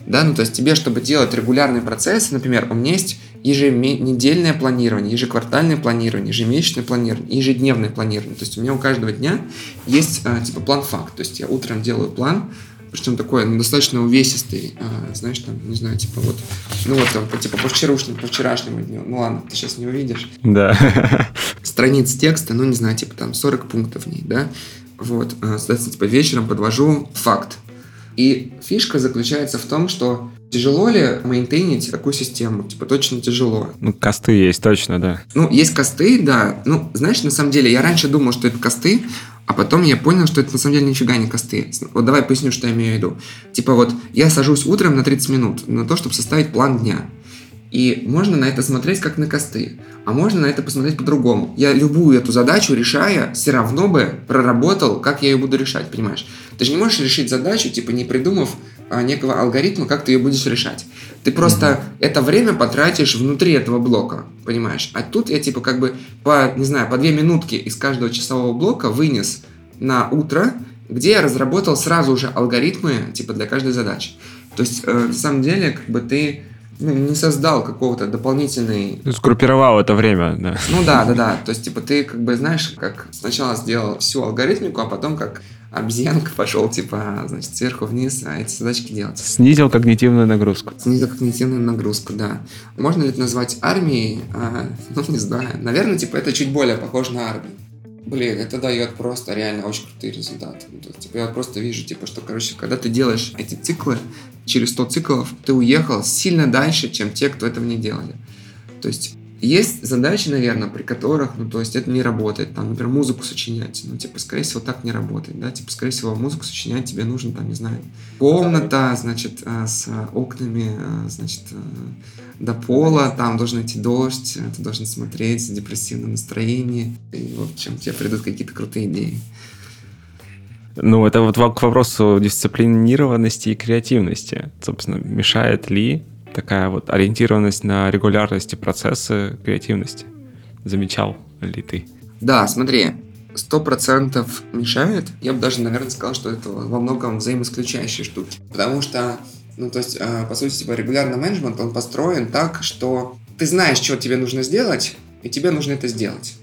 Да, ну то есть тебе, чтобы делать регулярные процессы, например, у меня есть еженедельное планирование, ежеквартальное планирование, ежемесячное планирование, ежедневное планирование. То есть у меня у каждого дня есть а, типа план-факт. То есть я утром делаю план, причем такой ну, достаточно увесистый, а, знаешь, там, не знаю, типа вот, ну вот там, типа по вчерашнему, по вчерашнему дню, ну ладно, ты сейчас не увидишь. Да. Страниц текста, ну не знаю, типа там сорок пунктов в ней, да. Вот, соответственно, типа вечером подвожу факт. И фишка заключается в том, что тяжело ли мейнтейнить такую систему? Типа, точно тяжело. Ну, косты есть, точно, да. Ну, есть косты, да. Ну, знаешь, на самом деле, я раньше думал, что это косты, а потом я понял, что это на самом деле нифига не косты. Вот давай поясню, что я имею в виду. Типа вот, я сажусь утром на тридцать минут на то, чтобы составить план дня. И можно на это смотреть как на косты, а можно на это посмотреть по-другому. Я любую эту задачу, решая, все равно бы проработал, как я ее буду решать, понимаешь? Ты же не можешь решить задачу, типа не придумав а, некого алгоритма, как ты ее будешь решать. Ты просто mm-hmm. это время потратишь внутри этого блока, понимаешь? А тут я типа как бы по, не знаю, по две минутки из каждого часового блока вынес на утро, где я разработал сразу же алгоритмы типа для каждой задачи. То есть э, на самом деле как бы ты ну, не создал какого-то дополнительный... Сгруппировал это время, да. Ну да, да, да. То есть, типа, ты как бы, знаешь, как сначала сделал всю алгоритмику, а потом как обезьянка пошел, типа, значит, сверху вниз, а эти задачки делать. Снизил когнитивную нагрузку. Снизил когнитивную нагрузку, да. Можно ли это назвать армией? А, ну, не знаю. Наверное, типа, это чуть более похоже на армию. Блин, это дает просто реально очень крутые результаты. Ну, то есть, типа, я просто вижу, типа, что, короче, когда ты делаешь эти циклы, через сто циклов ты уехал сильно дальше, чем те, кто этого не делали. То есть есть задачи, наверное, при которых, ну, то есть это не работает. Там, например, музыку сочинять. Ну, типа, скорее всего, так не работает, да? Типа, скорее всего, музыку сочинять тебе нужно, там, не знаю, комната, значит, с окнами, значит, до пола, там должен идти дождь, ты должен смотреть депрессивное настроение, и, в общем, тебе придут какие-то крутые идеи. Ну, это вот к вопросу дисциплинированности и креативности. Собственно, мешает ли такая вот ориентированность на регулярность и процессы креативности? Замечал ли ты? Да, смотри, сто процентов мешает. Я бы даже, наверное, сказал, что это во многом взаимоисключающие штуки. Потому что, ну, то есть, по сути, типа, регулярный менеджмент, он построен так, что ты знаешь, что тебе нужно сделать, и тебе нужно это сделать.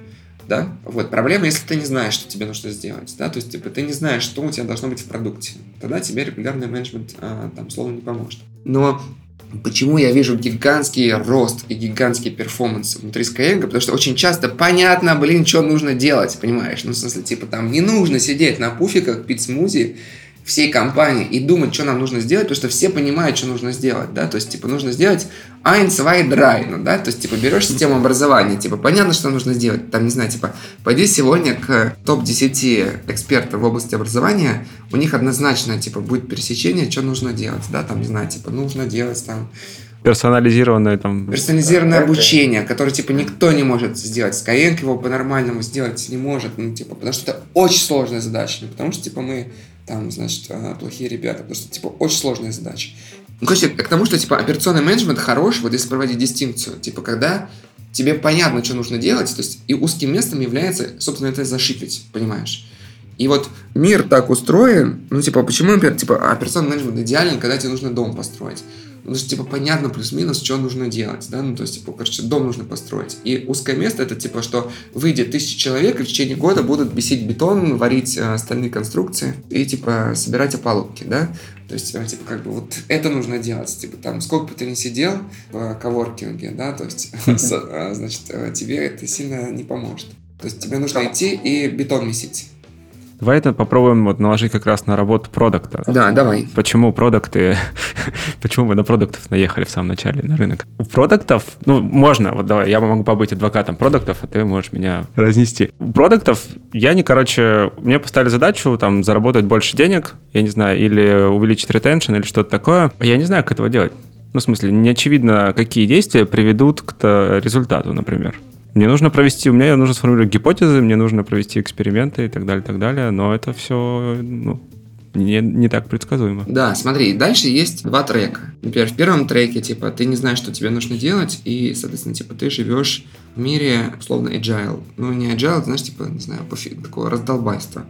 Да? Вот. Проблема, если ты не знаешь, что тебе нужно сделать. Да? То есть, типа, ты не знаешь, что у тебя должно быть в продукте. Тогда тебе регулярный менеджмент а, там, словно не поможет. Но почему я вижу гигантский рост и гигантский перформанс внутри Skyeng? Потому что очень часто понятно, блин, что нужно делать, понимаешь? Ну, в смысле, типа, там не нужно сидеть на пуфиках, пить смузи всей компании и думать, что нам нужно сделать, потому что все понимают, что нужно сделать, да, то есть, типа, нужно сделать eins, zwei, drei, ну, да, то есть, типа, берешь систему образования, типа, понятно, что нужно сделать, там, не знаю, типа, пойди сегодня к топ десяти экспертов в области образования, у них однозначно, типа, будет пересечение, что нужно делать, да, там, не знаю, типа, нужно делать, там, персонализированное там... Персонализированное обучение, которое, типа, никто не может сделать. Skyeng его по-нормальному сделать не может, ну, типа, потому что это очень сложная задача, не потому что, типа, мы там, значит, плохие ребята, потому что, типа, очень сложная задача. Ну, короче, к тому, что, типа, операционный менеджмент хорош, вот если проводить дистинкцию, типа, когда тебе понятно, что нужно делать, то есть, и узким местом является, собственно, это зашипить, понимаешь? И вот мир так устроен, ну, типа, почему, например, типа, операционный менеджмент идеален, когда тебе нужно дом построить? Потому что, типа, понятно плюс-минус, что нужно делать, да, ну, то есть, типа, короче, дом нужно построить. И узкое место, это, типа, что выйдет тысяча человек, и в течение года будут бесить бетон, варить э, стальные конструкции и, типа, собирать опалубки, да. То есть, типа, как бы, вот это нужно делать, типа, там, сколько бы ты ни сидел в коворкинге, да, то есть, значит, тебе это сильно не поможет. То есть, тебе нужно идти и бетон месить. Давай это попробуем вот наложить как раз на работу продукта. Да, давай. Почему продукты... Почему мы на продуктов наехали в самом начале на рынок? У продуктов... Ну, можно, вот давай, я могу побыть адвокатом продуктов, а ты можешь меня разнести. У продуктов я не, короче... Мне поставили задачу там заработать больше денег, я не знаю, или увеличить ретеншн, или что-то такое. Я не знаю, как этого делать. Ну, в смысле, не очевидно, какие действия приведут к результату, например. Мне нужно провести, у меня нужно сформулировать гипотезы, мне нужно провести эксперименты и так далее, и так далее, но это все, ну, не, не так предсказуемо. Да, смотри, дальше есть два трека. Например, в первом треке, типа, ты не знаешь, что тебе нужно делать, и, соответственно, типа, ты живешь в мире, условно, agile. Ну, не agile, знаешь, типа, не знаю, пофиг, такого раздолбайства.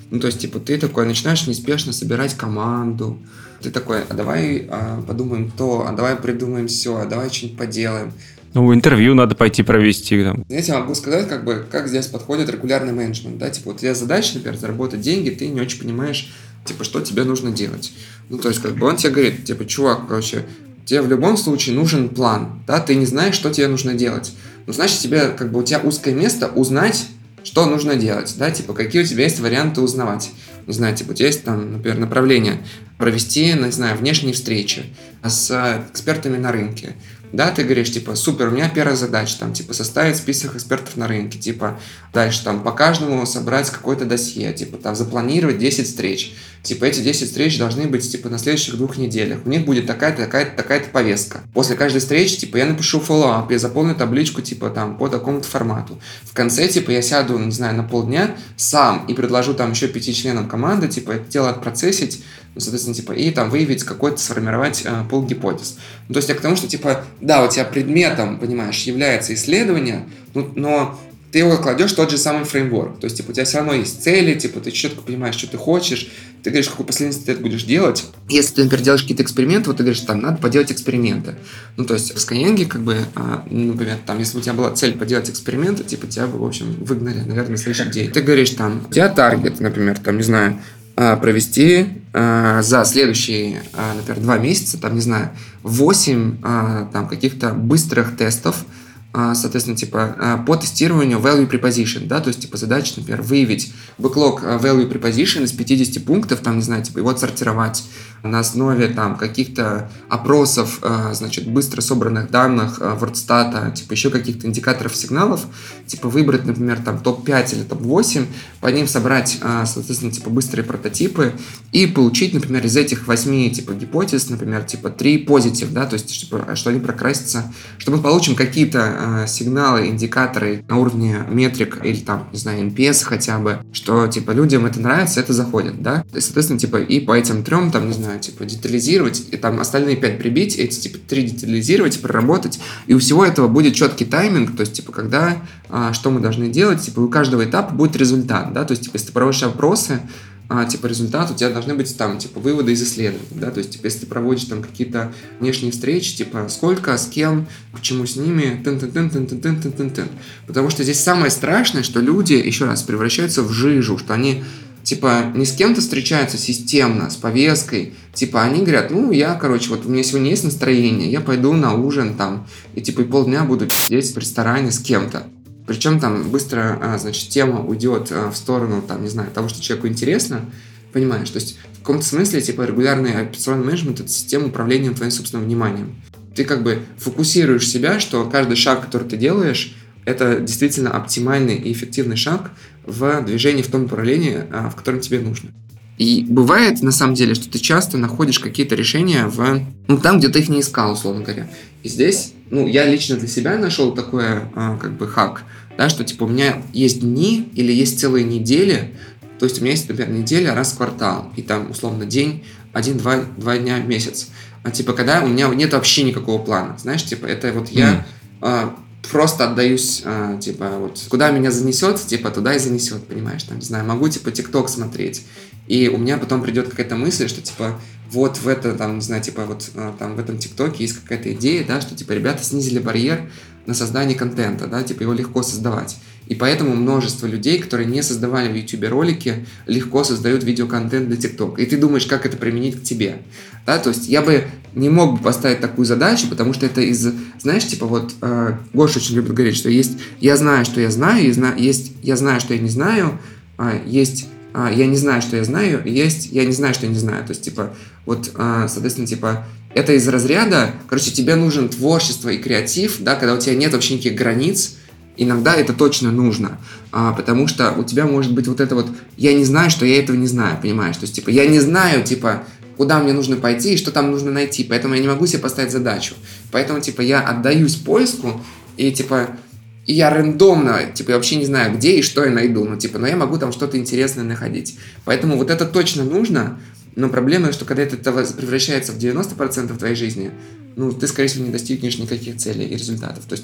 Ну, то есть, типа, ты такой начинаешь неспешно собирать команду. Ты такой, а давай а, подумаем то, а давай придумаем все, а давай что-нибудь поделаем. Ну, интервью надо пойти провести. Там. Я тебе могу сказать, как бы, как здесь подходит регулярный менеджмент, да, типа, вот у тебя задача, например, заработать деньги, ты не очень понимаешь, типа, что тебе нужно делать. Ну, то есть, как бы, он тебе говорит, типа, чувак, короче, тебе в любом случае нужен план, да, ты не знаешь, что тебе нужно делать. Ну, значит, тебе, как бы, у тебя узкое место узнать, что нужно делать, да, типа, какие у тебя есть варианты узнавать. Не знаю, типа, у тебя есть там, например, направление провести, не знаю, внешние встречи с экспертами на рынке. Да, ты говоришь, типа, супер, у меня первая задача, там, типа, составить список экспертов на рынке, типа, дальше, там, по каждому собрать какое-то досье, типа, там, запланировать десять встреч. Типа, эти десять встреч должны быть, типа, на следующих двух неделях. У них будет такая-то, такая-то, такая-то повестка. После каждой встречи, типа, я напишу фоллоуап, я заполню табличку, типа, там, по такому-то формату. В конце, типа, я сяду, не знаю, на полдня сам и предложу, там, еще пяти членам команды, типа, это дело отпроцессить, ну, соответственно, типа, и, там, выявить какой-то, сформировать э, пул гипотез. Ну, то есть, я к тому, что, типа, да, у тебя предметом, понимаешь, является исследование, ну, но ты его кладешь в тот же самый фреймворк. То есть, типа, у тебя все равно есть цели, типа, ты четко понимаешь, что ты хочешь, ты говоришь, какую последовательность ты это будешь делать. Если ты, например, делаешь какие-то эксперименты, вот ты говоришь, там, надо поделать эксперименты. Ну, то есть, в Skyeng, как бы, а, например, там, если у тебя была цель поделать эксперименты, типа, тебя бы, в общем, выгнали, наверное, на следующий день. Ты говоришь, там, у тебя таргет, например, там, не знаю, провести э, за следующие, э, например, два месяца, там, не знаю, восемь э, там, каких-то быстрых тестов, э, соответственно, типа, э, по тестированию value preposition, да, то есть, типа, задача, например, выявить backlog value preposition из пятидесяти пунктов, там, не знаю, типа, его отсортировать на основе, там, каких-то опросов, э, значит, быстро собранных данных, э, WordStat, типа, еще каких-то индикаторов сигналов, типа, выбрать, например, там, топ пять или топ восемь, по ним собрать, э, соответственно, типа, быстрые прототипы и получить, например, из этих восьми, типа, гипотез, например, типа, три позитив, да, то есть, чтобы, что они прокрасятся, что мы получим какие-то э, сигналы, индикаторы на уровне метрик или, там, не знаю, эн пи эс хотя бы, что, типа, людям это нравится, это заходит, да, и, соответственно, типа, и по этим трем, там, не знаю, типа, детализировать, и там остальные пять прибить, эти, типа, три детализировать, проработать, и у всего этого будет четкий тайминг, то есть, типа, когда, а, что мы должны делать, типа, у каждого этапа будет результат, да, то есть, типа, если ты проводишь опросы, а, типа, результат, у тебя должны быть, там, типа, выводы из исследований, да, то есть, типа, если ты проводишь, там, какие-то внешние встречи, типа, сколько, с кем, почему с ними, тын-тын-тын-тын-тын-тын-тын, потому что здесь самое страшное, что люди, еще раз, превращаются в жижу, что они типа, не с кем-то встречаются системно, с повесткой. Типа, они говорят, ну, я, короче, вот у меня сегодня есть настроение, я пойду на ужин там, и, типа, и полдня буду сидеть в ресторане с кем-то. Причем там быстро, значит, тема уйдет в сторону, там, не знаю, того, что человеку интересно, понимаешь? То есть, в каком-то смысле, типа, регулярный операционный менеджмент – это система управления твоим собственным вниманием. Ты, как бы, фокусируешь себя, что каждый шаг, который ты делаешь, это действительно оптимальный и эффективный шаг в движении в том направлении, в котором тебе нужно. И бывает, на самом деле, что ты часто находишь какие-то решения в, ну, там, где ты их не искал, условно говоря. И здесь, ну, я лично для себя нашел такое, как бы, хак, да, что, типа, у меня есть дни или есть целые недели, то есть у меня есть, например, неделя раз в квартал, и там, условно, день, один-два два дня в месяц. А, типа, когда у меня нет вообще никакого плана, знаешь, типа, это вот я... Mm. Просто отдаюсь, э, типа, вот, куда меня занесет, типа, туда и занесет, понимаешь, там, не знаю, могу, типа, ТикТок смотреть, и у меня потом придет какая-то мысль, что, типа, вот в это, там, не знаю, типа, вот, э, там, в этом ТикТоке есть какая-то идея, да, что, типа, ребята снизили барьер на создание контента, да, типа, его легко создавать. И поэтому множество людей, которые не создавали в YouTube ролики, легко создают видеоконтент для ТикТока. И ты думаешь, как это применить к тебе. Да, то есть я бы не мог бы поставить такую задачу, потому что это из... Знаешь, типа вот э, Гоша очень любит говорить, что есть «я знаю, что я знаю», и зна... есть «я знаю, что я не знаю», э, есть э, «я не знаю, что я знаю», и есть «я не знаю, что я не знаю». То есть, типа, вот, э, соответственно, типа, это из разряда, короче, тебе нужен творчество и креатив, да, когда у тебя нет вообще никаких границ. Иногда это точно нужно, а, потому что у тебя может быть вот это вот «я не знаю, что я этого не знаю», понимаешь? То есть, типа, я не знаю, типа, куда мне нужно пойти и что там нужно найти, поэтому я не могу себе поставить задачу. Поэтому, типа, я отдаюсь поиску, и, типа, и я рандомно, типа, я вообще не знаю, где и что я найду, ну, типа, но я могу там что-то интересное находить. Поэтому вот это точно нужно, но проблема, что когда это превращается в девяносто процентов твоей жизни, ну, ты, скорее всего, не достигнешь никаких целей и результатов. То есть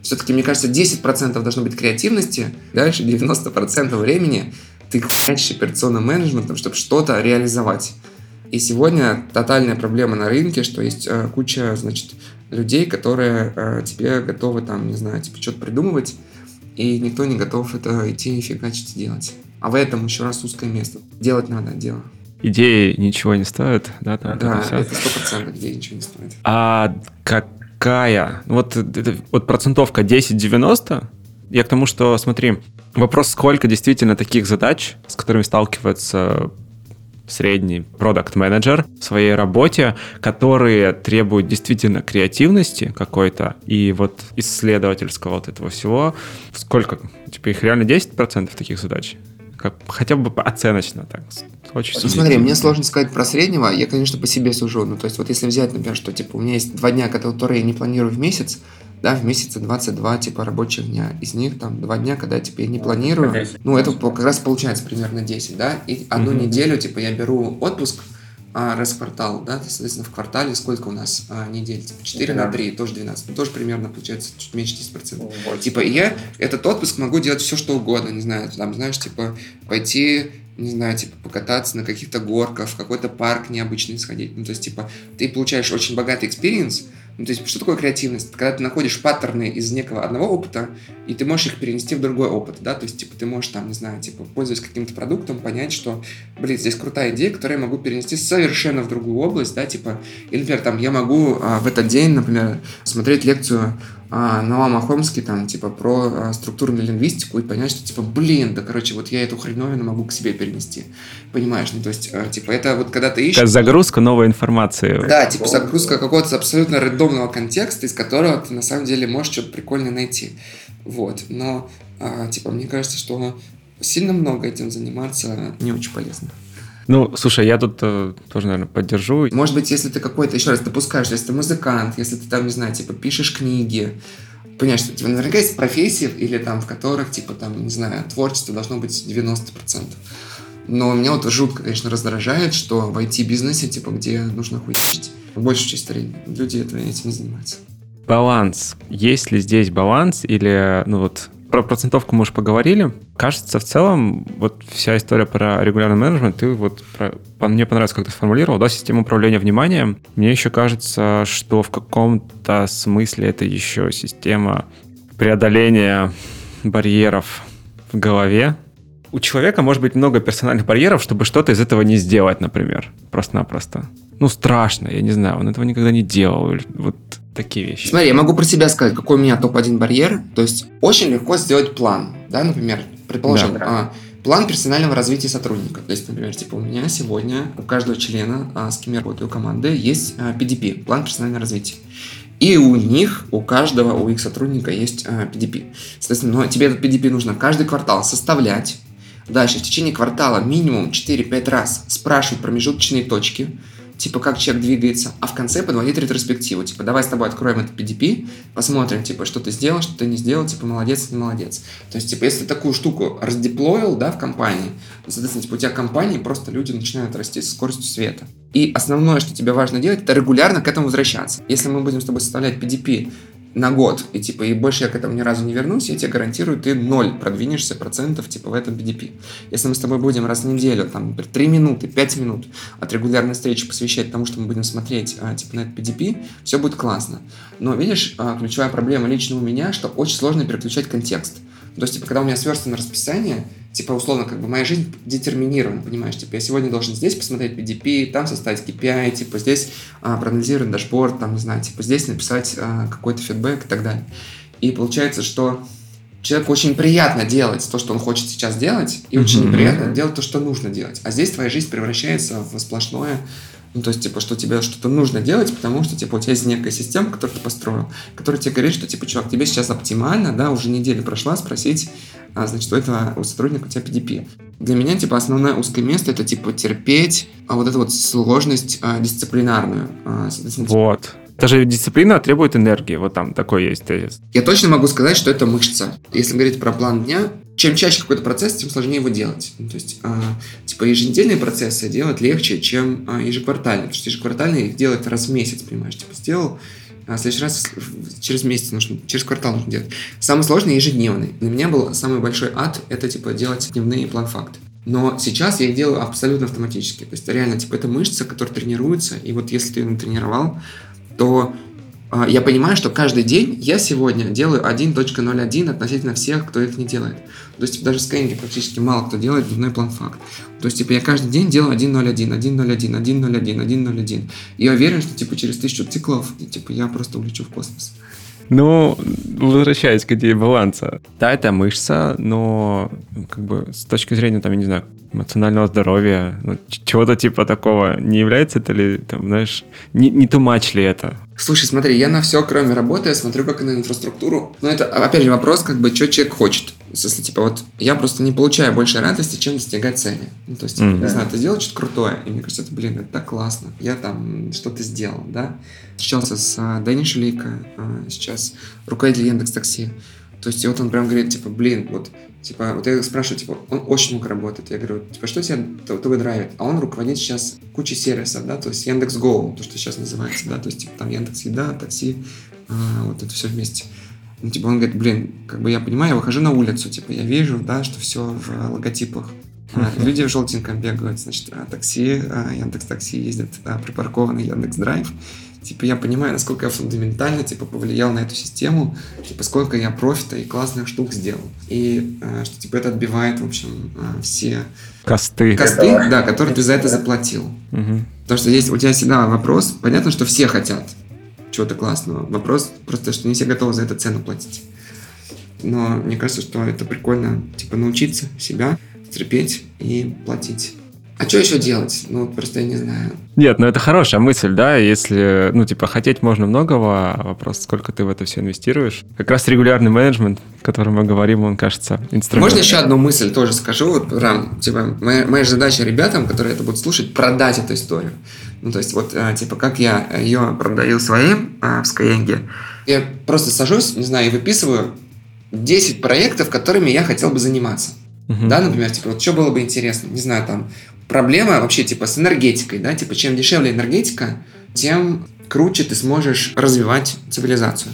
Все-таки, мне кажется, десять процентов должно быть креативности, дальше девяносто процентов времени ты хрячишь операционным менеджментом, чтобы что-то реализовать. И сегодня тотальная проблема на рынке, что есть э, куча, значит, людей, которые э, тебе готовы, там, не знаю, типа, что-то придумывать, и никто не готов это идти и фигачить делать. А в этом еще раз узкое место. Делать надо, дело. Идеи ничего не стоят, да? Там, да, это это сто процентов идеи ничего не стоит. А какая? Вот, это, вот процентовка десять девяносто? Я к тому, что, смотри, вопрос, сколько действительно таких задач, с которыми сталкивается средний продакт-менеджер в своей работе, которые требуют действительно креативности какой-то и вот исследовательского вот этого всего. Сколько? Типа их реально десять процентов таких задач? Как, хотя бы оценочно так. Очень ну, смотри, мне сложно сказать про среднего. Я, конечно, по себе сужу. Ну, то есть вот если взять, например, что типа у меня есть два дня, которые я не планирую в месяц, да, в месяце двадцать два типа рабочих дня. Из них там два дня, когда типа я не планирую. Ну, это как раз получается примерно десять, да. И одну mm-hmm. неделю типа я беру отпуск а, раз в квартал, да, соответственно, в квартале сколько у нас а, недель? Типа четыре на три, тоже двенадцать. Ну, тоже примерно получается чуть меньше десять процентов. Mm-hmm. Типа и я этот отпуск могу делать все, что угодно, не знаю, там, знаешь, типа пойти, не знаю, типа покататься на каких-то горках, в какой-то парк необычный сходить. Ну, то есть, типа, ты получаешь очень богатый экспириенс. Ну, то есть, что такое креативность? Когда ты находишь паттерны из некого одного опыта, и ты можешь их перенести в другой опыт, да, то есть, типа, ты можешь, там, не знаю, типа, пользуясь каким-то продуктом, понять, что, блин, здесь крутая идея, которую я могу перенести совершенно в другую область, да, типа, или, например, там, я могу а, в этот день, например, смотреть лекцию а, Ноама Хомски, там, типа, про а, структурную лингвистику и понять, что, типа, блин, да, короче, вот я эту хреновину могу к себе перенести, понимаешь, ну, то есть, а, типа, это вот когда ты ищешь... Загрузка новой информации. Да, типа, загрузка какого-то абсолютно рандомного контекста, из которого ты, на самом деле, можешь что-то прикольное найти, вот, но, а, типа, мне кажется, что сильно много этим заниматься не очень полезно. Ну, слушай, я тут э, тоже, наверное, поддержу. Может быть, если ты какой-то, еще раз, допускаешь, если ты музыкант, если ты там, не знаю, типа, пишешь книги, понимаешь, что типа, наверняка есть профессии, или там, в которых, типа, там, не знаю, творчество должно быть девяносто процентов. Но меня вот жутко, конечно, раздражает, что в ай ти-бизнесе, типа, где нужно хуячить, большую часть люди это, этим не занимаются. Баланс. Есть ли здесь баланс или, ну вот, про процентовку мы уже поговорили. Кажется, в целом, вот вся история про регулярный менеджмент, ты вот, про, мне понравилось, как ты сформулировал, да, система управления вниманием. Мне еще кажется, что в каком-то смысле это еще система преодоления барьеров в голове. У человека может быть много персональных барьеров, чтобы что-то из этого не сделать, например, просто-напросто. Ну, страшно, я не знаю, он этого никогда не делал, вот такие вещи. Смотри, я могу про себя сказать, какой у меня топ один барьер. То есть очень легко сделать план, да, например, предположим, да. а, план персонального развития сотрудника. То есть, например, типа у меня сегодня, у каждого члена, а, с кем я работаю команды, есть а, пи ди пи, план персонального развития. И у них, у каждого, у их сотрудника есть а, пи ди пи. Соответственно, ну, тебе этот пи ди пи нужно каждый квартал составлять. Дальше в течение квартала минимум четыре-пять раз спрашивать промежуточные точки, типа, как человек двигается, а в конце подводить ретроспективу, типа, давай с тобой откроем этот пи ди пи, посмотрим, типа, что ты сделал, что ты не сделал, типа, молодец, не молодец. То есть, типа, если ты такую штуку раздеплоил, да, в компании, соответственно, типа, у тебя в компании просто люди начинают расти со скоростью света. И основное, что тебе важно делать, это регулярно к этому возвращаться. Если мы будем с тобой составлять пи ди пи на год, и типа, и больше я к этому ни разу не вернусь, я тебе гарантирую, ты ноль продвинешься процентов, типа, в этом пи ди пи. Если мы с тобой будем раз в неделю, там, например, три минуты, пять минут от регулярной встречи посвящать тому, что мы будем смотреть, а, типа, на этот пи ди пи, все будет классно. Но, видишь, а, ключевая проблема лично у меня, что очень сложно переключать контекст. То есть, типа, когда у меня сверстано расписание, типа, условно, как бы, моя жизнь детерминирована, понимаешь? Типа, я сегодня должен здесь посмотреть пи ди пи, там составить кей пи ай, типа, здесь а, проанализировать дашборд, там, не знаю, типа, здесь написать а, какой-то фидбэк и так далее. И получается, что человеку очень приятно делать то, что он хочет сейчас делать, и mm-hmm. очень неприятно делать то, что нужно делать. А здесь твоя жизнь превращается в сплошное... Ну, то есть, типа, что тебе что-то нужно делать, потому что, типа, у тебя есть некая система, которую ты построил, которая тебе говорит, что, типа, чувак, тебе сейчас оптимально, да, уже неделя прошла, спросить, а, значит, у этого, у сотрудника у тебя пи ди пи. Для меня, типа, основное узкое место — это, типа, терпеть а вот эту вот сложность а, дисциплинарную. А, вот. Даже дисциплина требует энергии, вот там такой есть тезис. Я точно могу сказать, что это мышца. Если говорить про план дня, чем чаще какой-то процесс, тем сложнее его делать. Ну, то есть, а, типа, еженедельные процессы делать легче, чем а, ежеквартальные. Потому что ежеквартальные их делать раз в месяц, понимаешь? Типа, сделал а в следующий раз через месяц нужно, через квартал нужно делать. Самый сложный ежедневный. Для меня был самый большой ад, это типа делать дневные план-факты. Но сейчас я их делаю абсолютно автоматически. То есть реально, типа, это мышца, которая тренируется, и вот если ты ее натренировал, то э, я понимаю, что каждый день я сегодня делаю один точка ноль один относительно всех, кто их не делает. То есть типа, даже в Skyeng практически мало кто делает дневной план-факт. То есть типа я каждый день делаю один ноль один, один ноль один, один ноль один, один ноль один. И я уверен, что типа через тысячу циклов типа, я просто улечу в космос. Ну, возвращаясь к идее баланса. Да, это мышца, но как бы с точки зрения, там, я не знаю, эмоционального здоровья, ну, чего-то типа такого, не является это ли, там, знаешь, не, не too much ли это? Слушай, смотри, я на все, кроме работы, я смотрю как на инфраструктуру. Но это, опять же, вопрос, как бы, что человек хочет. Если, типа, вот, я просто не получаю больше радости, чем достигать цели. Ну, то есть, типа, mm-hmm. не знаю, ты сделал что-то крутое, и мне кажется, это, блин, это так классно. Я там что-то сделал, да. Встречался с а, Дэнни Шулейко, а, сейчас руководитель Яндекс.Такси. То есть, и вот он прям говорит, типа, блин, вот, типа, вот я спрашиваю, типа, он очень много работает. Я говорю, типа, что тебя тобой драйвит? А он руководит сейчас кучей сервисов, да, то есть Яндекс.Гоу, то, что сейчас называется, да, то есть, типа, там Яндекс.Еда, такси, а, вот это все вместе. Ну, типа, он говорит, блин, как бы я понимаю, я выхожу на улицу, типа, я вижу, да, что все в логотипах. А, люди в желтеньком бегают, значит, а, такси, а, Яндекс.Такси ездят, а, припаркованный Яндекс.Драйв. Типа, я понимаю, насколько я фундаментально, типа, повлиял на эту систему, типа, сколько я профита и классных штук сделал. И а, что, типа, это отбивает, в общем, а, все... Косты. Косты, это... да, которые ты за это заплатил. Угу. Потому что есть у тебя всегда вопрос, понятно, что все хотят чего-то классного. Вопрос просто, что не все готовы за это цену платить. Но мне кажется, что это прикольно, типа, научиться себя терпеть и платить. А что еще делать? Ну, просто я не знаю. Нет, ну это хорошая мысль, да, если, ну, типа, хотеть можно многого, а вопрос, сколько ты в это все инвестируешь. Как раз регулярный менеджмент, о котором мы говорим, он, кажется, инструментом. Можно еще одну мысль тоже скажу? Вот, Рам, типа, моя, моя задача ребятам, которые это будут слушать, продать эту историю. Ну, то есть, вот, типа, как я ее продаю своим а, в Skyeng. Я просто сажусь, не знаю, и выписываю десять проектов, которыми я хотел бы заниматься. Uh-huh. Да, например, типа, вот что было бы интересно, не знаю, там, проблема вообще, типа, с энергетикой, да, типа, чем дешевле энергетика, тем круче ты сможешь развивать цивилизацию.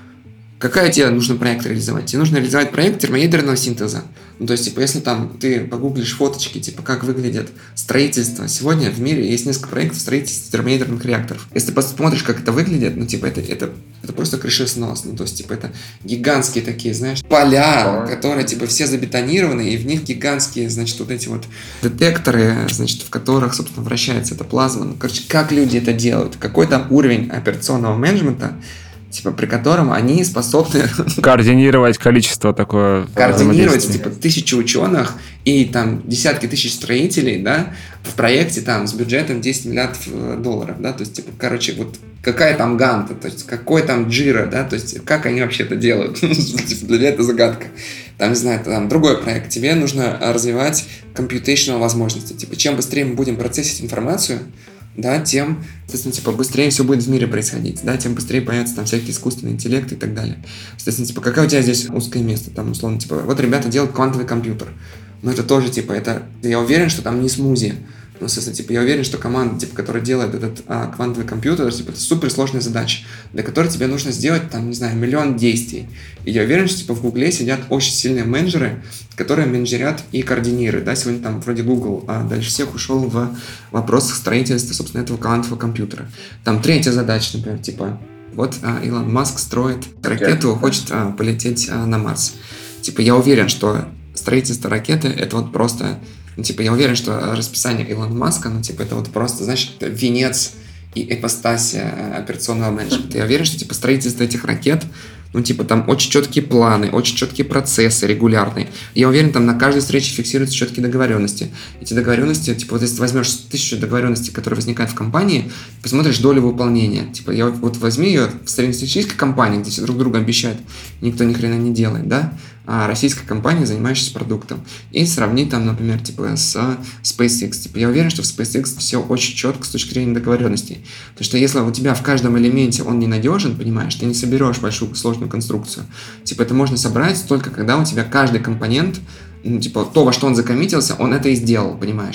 Какая тебе нужно проект реализовать? Тебе нужно реализовать проект термоядерного синтеза. Ну, то есть, типа, если там ты погуглишь фоточки, типа, как выглядит строительство. Сегодня в мире есть несколько проектов строительства термоядерных реакторов. Если ты посмотришь, как это выглядит, ну, типа, это, это, это просто крышесносно. Ну, то есть, типа, это гигантские такие, знаешь, поля, которые, типа, все забетонированы, и в них гигантские, значит, вот эти вот детекторы, значит, в которых, собственно, вращается эта плазма. Ну, короче, как люди это делают? Какой там уровень операционного менеджмента, типа, при котором они способны... Координировать количество такое... Координировать, типа, тысячи ученых и там десятки тысяч строителей, да, в проекте там с бюджетом десять миллиардов долларов, да, то есть, типа, короче, вот какая там ганта, то есть, какой там джира, да, то есть, как они вообще это делают? Для меня это загадка. Там, не знаю, там другой проект. Тебе нужно развивать computational возможности. Типа, чем быстрее мы будем процессить информацию, да, тем, соответственно, типа, быстрее все будет в мире происходить, да, тем быстрее появятся там всякие искусственные интеллекты и так далее. Соответственно, типа, какое у тебя здесь узкое место, там, условно, типа, вот ребята делают квантовый компьютер, но это тоже, типа, это, я уверен, что там не смузи, ну, соответственно, типа, я уверен, что команда, типа, которая делает этот а, квантовый компьютер, типа, это суперсложная задача, для которой тебе нужно сделать, там, не знаю, миллион действий. И я уверен, что, типа, в Гугле сидят очень сильные менеджеры, которые менеджерят и координируют, да, сегодня там вроде Google а дальше всех ушел в вопросах строительства, собственно, этого квантового компьютера. Там третья задача, например, типа, вот а, Илон Маск строит ракету, хочет а, полететь а, на Марс. Типа, я уверен, что строительство ракеты, это вот просто... Ну, типа, я уверен, что расписание Илона Маска, ну, типа, это вот просто, знаешь, это венец и ипостасия операционного менеджмента. Я уверен, что, типа, строительство этих ракет, ну, типа, там очень четкие планы, очень четкие процессы регулярные. Я уверен, там на каждой встрече фиксируются четкие договоренности. Эти договоренности, типа, вот если ты возьмешь тысячу договоренностей, которые возникают в компании, посмотришь долю выполнения. Типа, я вот возьми ее в среднестатистической компании, где все друг друга обещают, никто ни хрена не делает, да? А российская компания, занимающаяся продуктом. И сравни там, например, типа, с SpaceX. Типа, я уверен, что в SpaceX все очень четко с точки зрения договоренностей. Потому что если у тебя в каждом элементе он ненадежен, понимаешь, ты не соберешь большую сложную конструкцию. Типа, это можно собрать только когда у тебя каждый компонент, ну, типа, то, во что он закоммитился, он это и сделал, понимаешь.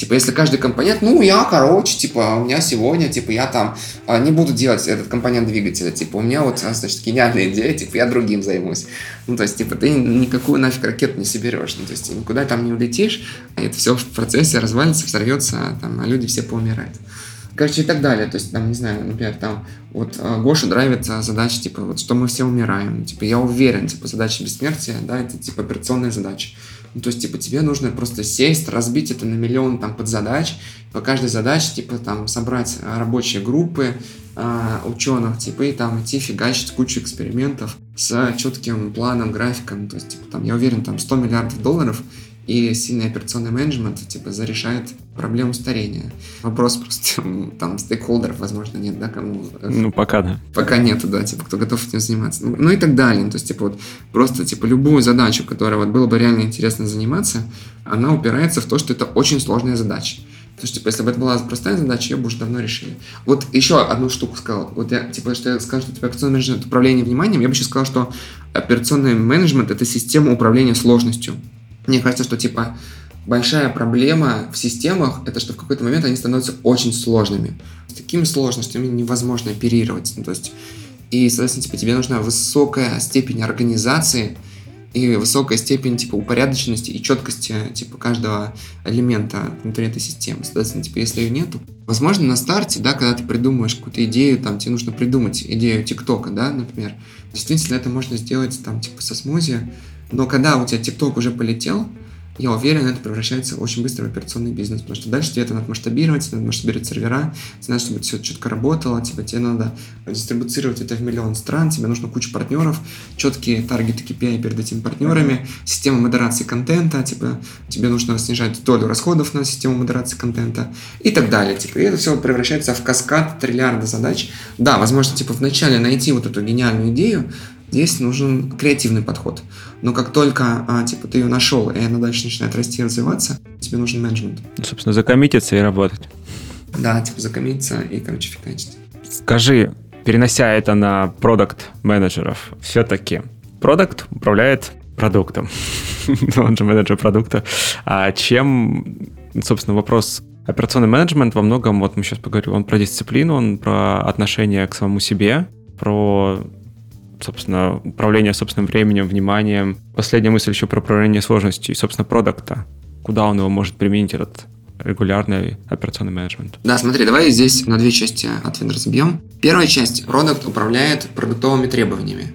Типа, если каждый компонент, ну, я, короче, типа, у меня сегодня, типа, я там не буду делать этот компонент двигателя, типа, у меня вот, значит, гениальная идея, типа, я другим займусь. Ну, то есть, типа, ты никакую нафиг ракету не соберешь, ну, то есть, никуда там не улетишь, а это все в процессе развалится, взорвется, там, а люди все поумирают. Короче, и так далее. То есть, там, не знаю, например, там, вот Гоша драйвит задачи, типа, вот, что мы все умираем. Типа, я уверен, типа, задача бессмертия, да, это, типа, операционная задача. Ну, то есть, типа, тебе нужно просто сесть, разбить это на миллион, там, подзадач, по каждой задаче, типа, там, собрать рабочие группы э, ученых, типа, и там идти фигачить кучу экспериментов с четким планом, графиком. То есть, типа, там, я уверен, там, сто миллиардов долларов и сильный операционный менеджмент, типа, зарешает проблему старения. Вопрос просто, там, стейкхолдеров, возможно, нет, да, кому... Ну, пока, да. Пока нету, да, типа, кто готов этим заниматься. Ну, ну и так далее. То есть, типа, вот, просто, типа, любую задачу, которой вот было бы реально интересно заниматься, она упирается в то, что это очень сложная задача. То есть, типа, если бы это была простая задача, ее бы уже давно решили. Вот еще одну штуку сказал. Вот я, типа, что я сказал, что типа, операционный менеджмент – это управление вниманием, я бы еще сказал, что операционный менеджмент – это система управления сложностью. Мне кажется, что, типа, большая проблема в системах – это что в какой-то момент они становятся очень сложными. С такими сложностями невозможно оперировать. Ну, то есть, и, соответственно, типа, тебе нужна высокая степень организации и высокая степень, типа, упорядоченности и четкости, типа, каждого элемента внутри этой системы. Соответственно, типа, если ее нету, возможно, на старте, да, когда ты придумываешь какую-то идею, там, тебе нужно придумать идею ТикТока, да, например, действительно, это можно сделать, там, типа, со смузи, но когда у тебя ТикТок уже полетел, я уверен, это превращается очень быстро в операционный бизнес, потому что дальше тебе это надо масштабировать, тебе надо масштабировать сервера, тебе надо, чтобы все четко работало, типа, тебе надо дистрибуцировать это в миллион стран, тебе нужно куча партнеров, четкие таргеты кей пи ай перед этими партнерами, система модерации контента, типа, тебе нужно снижать долю расходов на систему модерации контента и так далее. Типа, и это все превращается в каскад триллиарда задач. Да, возможно, типа, вначале найти вот эту гениальную идею, здесь нужен креативный подход. Но как только а, типа, ты ее нашел, и она дальше начинает расти и развиваться, тебе нужен менеджмент. Собственно, закоммититься и работать. Да, типа закоммититься и, короче, фигачить. Скажи, перенося это на продакт-менеджеров, все-таки продакт управляет продуктом. Он же менеджер продукта. А чем, собственно, вопрос... Операционный менеджмент во многом, вот мы сейчас поговорим, он про дисциплину, он про отношение к самому себе, про... собственно, управление собственным временем, вниманием. Последняя мысль еще про управление сложностью и, собственно, продукта. Куда он его может применить, этот регулярный операционный менеджмент? Да, смотри, давай здесь на две части ответ разобьем. Первая часть. Продукт управляет продуктовыми требованиями.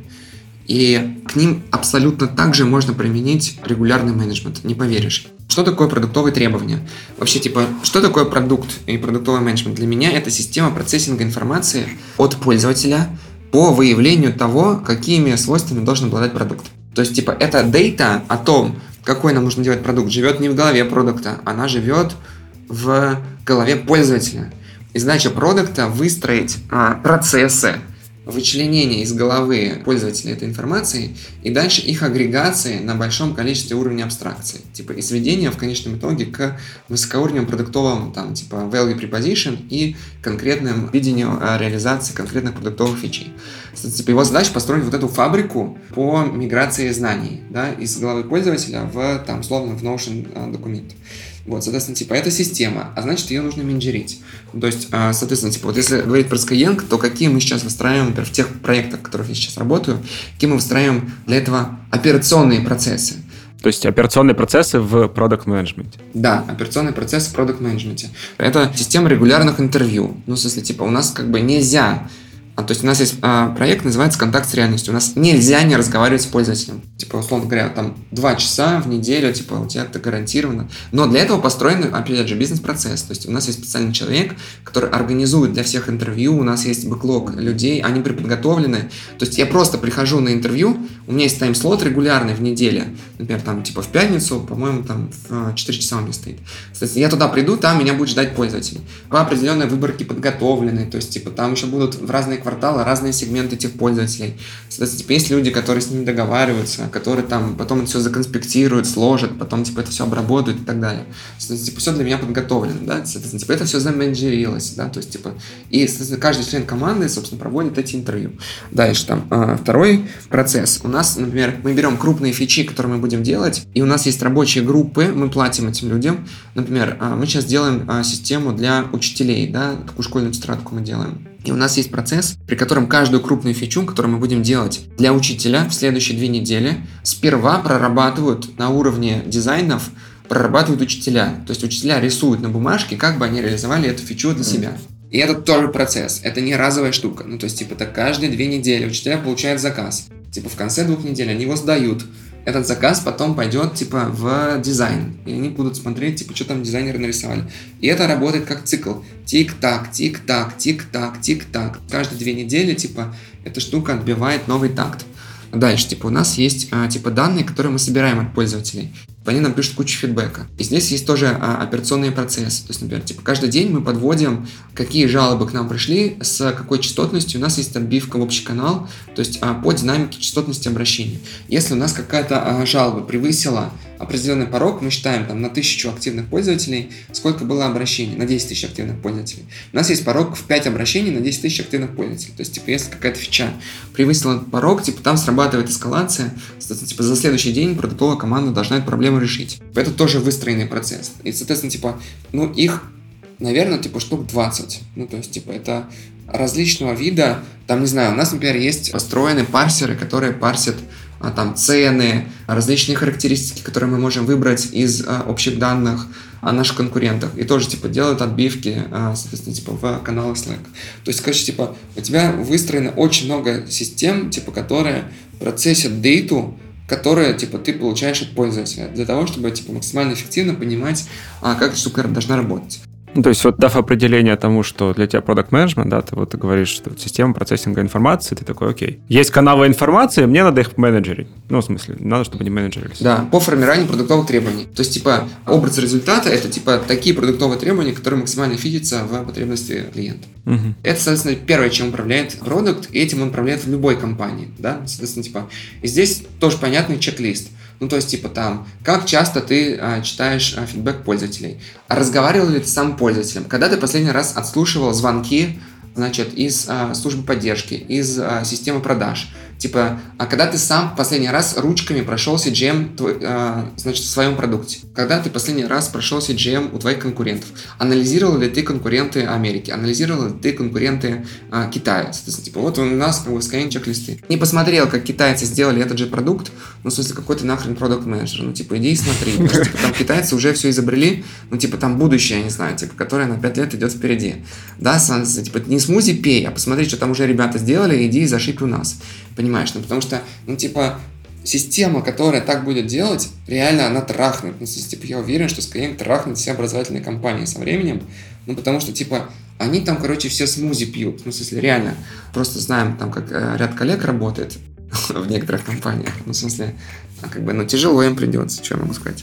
И к ним абсолютно также можно применить регулярный менеджмент, не поверишь. Что такое продуктовые требования? Вообще, типа, что такое продукт и продуктовый менеджмент? Для меня это система процессинга информации от пользователя по выявлению того, какими свойствами должен обладать продукт. То есть, типа, это дейта о том, какой нам нужно делать продукт, живет не в голове продукта, она живет в голове пользователя. И задача продукта выстроить а, процессы вычленения из головы пользователя этой информации и дальше их агрегации на большом количестве уровней абстракции. Типа, и сведения в конечном итоге к высокоуровневым продуктовым, там, типа, value preposition и конкретным видению реализации конкретных продуктовых фичей. Типа, его задача построить вот эту фабрику по миграции знаний, да, из головы пользователя в, там, условно, в Notion документ. Вот, соответственно, типа, это система, а значит, ее нужно менеджерить. То есть, соответственно, типа, вот если говорить про Skyeng, то какие мы сейчас выстраиваем, например, в тех проектах, в которых я сейчас работаю, какие мы выстраиваем для этого операционные процессы. То есть операционные процессы в продакт-менеджменте. Да, операционные процессы в продакт-менеджменте. Это система регулярных интервью. Ну, в смысле, типа, у нас как бы нельзя... А, то есть у нас есть а, проект, называется «Контакт с реальностью». У нас нельзя не разговаривать с пользователем. Типа, условно говоря, там два часа в неделю, типа, у тебя это гарантированно. Но для этого построен, опять же, бизнес-процесс. То есть у нас есть специальный человек, который организует для всех интервью, у нас есть бэклог людей, они приподготовлены. То есть я просто прихожу на интервью, у меня есть тайм-слот регулярный в неделе. Например, там, типа, в пятницу, по-моему, там в четыре часа у меня стоит. Соответственно, я туда приду, там меня будет ждать пользователь. По определенной выборке подготовлены, то есть, типа, там еще будут в разные квартала разные сегменты этих пользователей. Соответственно, типа, есть люди, которые с ними договариваются, которые там потом это все законспектируют, сложат, потом типа это все обработают и так далее. Соответственно, типа, все для меня подготовлено, да, соответственно, типа, это все заменеджерилось, да, то есть, типа, и, соответственно, каждый член команды, собственно, проводит эти интервью. Дальше там э, второй процесс. У нас, например, мы берем крупные фичи, которые мы будем делать, и у нас есть рабочие группы, мы платим этим людям. Например, э, мы сейчас делаем э, систему для учителей, да, такую школьную тетрадку мы делаем. И у нас есть процесс, при котором каждую крупную фичу, которую мы будем делать для учителя в следующие две недели, сперва прорабатывают на уровне дизайнов, прорабатывают учителя. То есть учителя рисуют на бумажке, как бы они реализовали эту фичу для себя. И это тоже процесс, это не разовая штука. Ну, то есть, типа, так каждые две недели учителя получают заказ. Типа, в конце двух недель они его сдают. Этот заказ потом пойдет, типа, в дизайн. И они будут смотреть, типа, что там дизайнеры нарисовали. И это работает как цикл. Тик-так, тик-так, тик-так, тик-так. Каждые две недели, типа, эта штука отбивает новый такт. Дальше, типа, у нас есть, а, типа, данные, которые мы собираем от пользователей. Они нам пишут кучу фидбэка. И здесь есть тоже а, операционные процессы. То есть, например, типа, каждый день мы подводим, какие жалобы к нам пришли, с какой частотностью. У нас есть отбивка в общий канал, то есть а, по динамике частотности обращений. Если у нас какая-то а, жалоба превысила определенный порог, мы считаем там на тысячу активных пользователей, сколько было обращений, на десять тысяч активных пользователей. У нас есть порог в пять обращений на десять тысяч активных пользователей. То есть, типа, если какая-то фича превысила порог, типа, там срабатывает эскалация, соответственно, типа, за следующий день продуктовая команда должна эту проблему решить. Это тоже выстроенный процесс. И, соответственно, типа, ну, их, наверное, типа, штук двадцать. Ну, то есть, типа, это различного вида. Там, не знаю, у нас, например, есть построены парсеры, которые парсят а, там цены, различные характеристики, которые мы можем выбрать из а, общих данных о наших конкурентах. И тоже, типа, делают отбивки, а, соответственно, типа, в каналах Slack. То есть, короче, типа, у тебя выстроено очень много систем, типа, которые процессят дейту, которые, типа, ты получаешь от пользователя, для того, чтобы, типа, максимально эффективно понимать, а, как эта штука должна работать. Ну, то есть, вот дав определение тому, что для тебя продакт менеджмент, да, ты вот говоришь, что система процессинга информации, ты такой, окей. Есть каналы информации, мне надо их менеджерить. Ну, в смысле, надо, чтобы они менеджерились. Да, по формированию продуктовых требований. То есть, типа, образ результата — это, типа, такие продуктовые требования, которые максимально фитятся в потребности клиента. Угу. Это, соответственно, первое, чем управляет продукт, и этим он управляет в любой компании, да, соответственно, типа, и здесь тоже понятный чек-лист. Ну, то есть, типа, там, как часто ты а, читаешь а, фидбэк пользователей? А разговаривал ли ты с самым пользователем? Когда ты последний раз отслушивал звонки, значит, из а, службы поддержки, из а, системы продаж? Типа, а когда ты сам последний раз ручками прошел си джи эм твой, а, значит, в своем продукте? Когда ты последний раз прошел си джи эм у твоих конкурентов? Анализировал ли ты конкуренты Америки? Анализировал ли ты конкуренты а, Китая? Соответственно, типа, вот у нас как бы в Skyeng чек-листы. Не посмотрел, как китайцы сделали этот же продукт, ну, в смысле, какой ты нахрен продакт-менеджер? Ну, типа, иди и смотри. Потому что, типа, там китайцы уже все изобрели, ну, типа, там будущее, я не знаю, типа, которое на пять лет идет впереди. Да, типа, не смузи пей, а посмотри, что там уже ребята сделали, иди и зашиб у нас. Понимаешь, ну потому что, ну типа, система, которая так будет делать, реально она трахнет. Ну, типа, я уверен, что Skyeng трахнет все образовательные компании со временем, ну потому что, типа, они там, короче, все смузи пьют. Ну, в смысле, реально. Просто знаем, там, как э, ряд коллег работает в некоторых компаниях. Ну, в смысле, как бы, ну, тяжело им придется, что я могу сказать.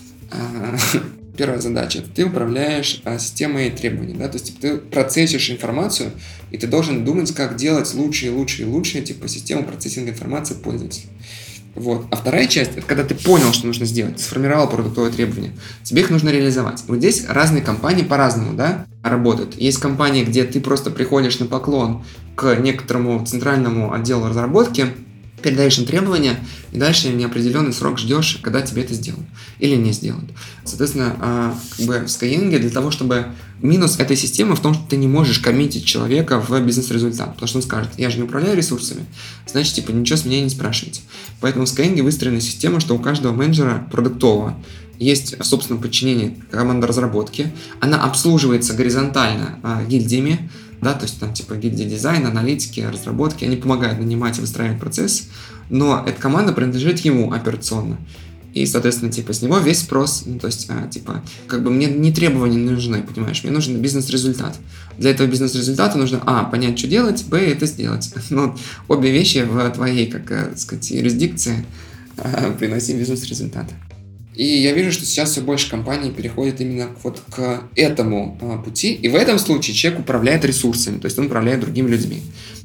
Первая задача – ты управляешь а, системой требований, да, то есть типа, ты процессишь информацию, и ты должен думать, как делать лучше и лучше и лучше, типа, систему процессинга информации пользователя. Вот. А вторая часть – это когда ты понял, что нужно сделать, сформировал продуктовые требования, тебе их нужно реализовать. Вот здесь разные компании по-разному, да, работают. Есть компании, где ты просто приходишь на поклон к некоторому центральному отделу разработки, передаешь им требования, и дальше неопределенный срок ждешь, когда тебе это сделают или не сделают. Соответственно, как бы в Skyeng для того, чтобы... Минус этой системы в том, что ты не можешь коммитить человека в бизнес-результат, потому что он скажет, я же не управляю ресурсами, значит, типа, ничего с меня не спрашивайте. Поэтому в Skyeng выстроена система, что у каждого менеджера продуктового есть в собственном подчинении команда разработки, она обслуживается горизонтально а, гильдиями, да, то есть там типа гильдии дизайна, аналитики, разработки, они помогают нанимать и выстраивать процесс, но эта команда принадлежит ему операционно. И, соответственно, типа, с него весь спрос, ну, то есть, а, типа, как бы мне не требования нужны, понимаешь, мне нужен бизнес-результат. Для этого бизнес-результата нужно, а, понять, что делать, б, это сделать. Ну, обе вещи в твоей, как, так сказать, юрисдикции а, приноси бизнес-результат. И я вижу, что сейчас все больше компаний переходят именно вот к этому а, пути, и в этом случае человек управляет ресурсами, то есть он управляет другими людьми.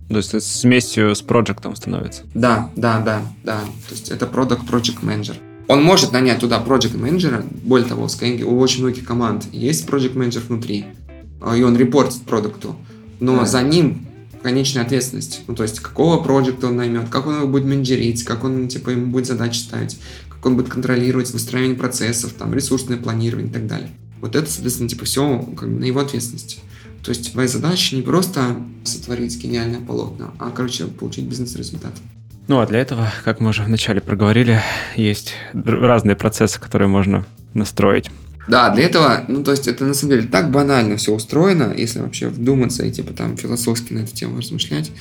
То есть это смесью с проектом становится? Да, да, да, да. То есть это Product Project Manager. Он может нанять туда Project Manager. Более того, в Skyeng у очень многих команд есть Project Manager внутри, и он репортит продукту. Но да. за ним конечная ответственность. Ну, то есть, какого проекта он наймет, как он его будет менеджерить, как он, типа, ему будет задачи ставить, как он будет контролировать выстраивание процессов, там, ресурсное планирование и так далее. Вот это, соответственно, типа, все как бы на его ответственности. То есть, твоя задача не просто сотворить гениальное полотно, а, короче, получить бизнес-результат. Ну, а для этого, как мы уже вначале проговорили, есть разные процессы, которые можно настроить. Да, для этого, ну, то есть, это на самом деле так банально все устроено, если вообще вдуматься и, типа, там, философски на эту тему размышлять,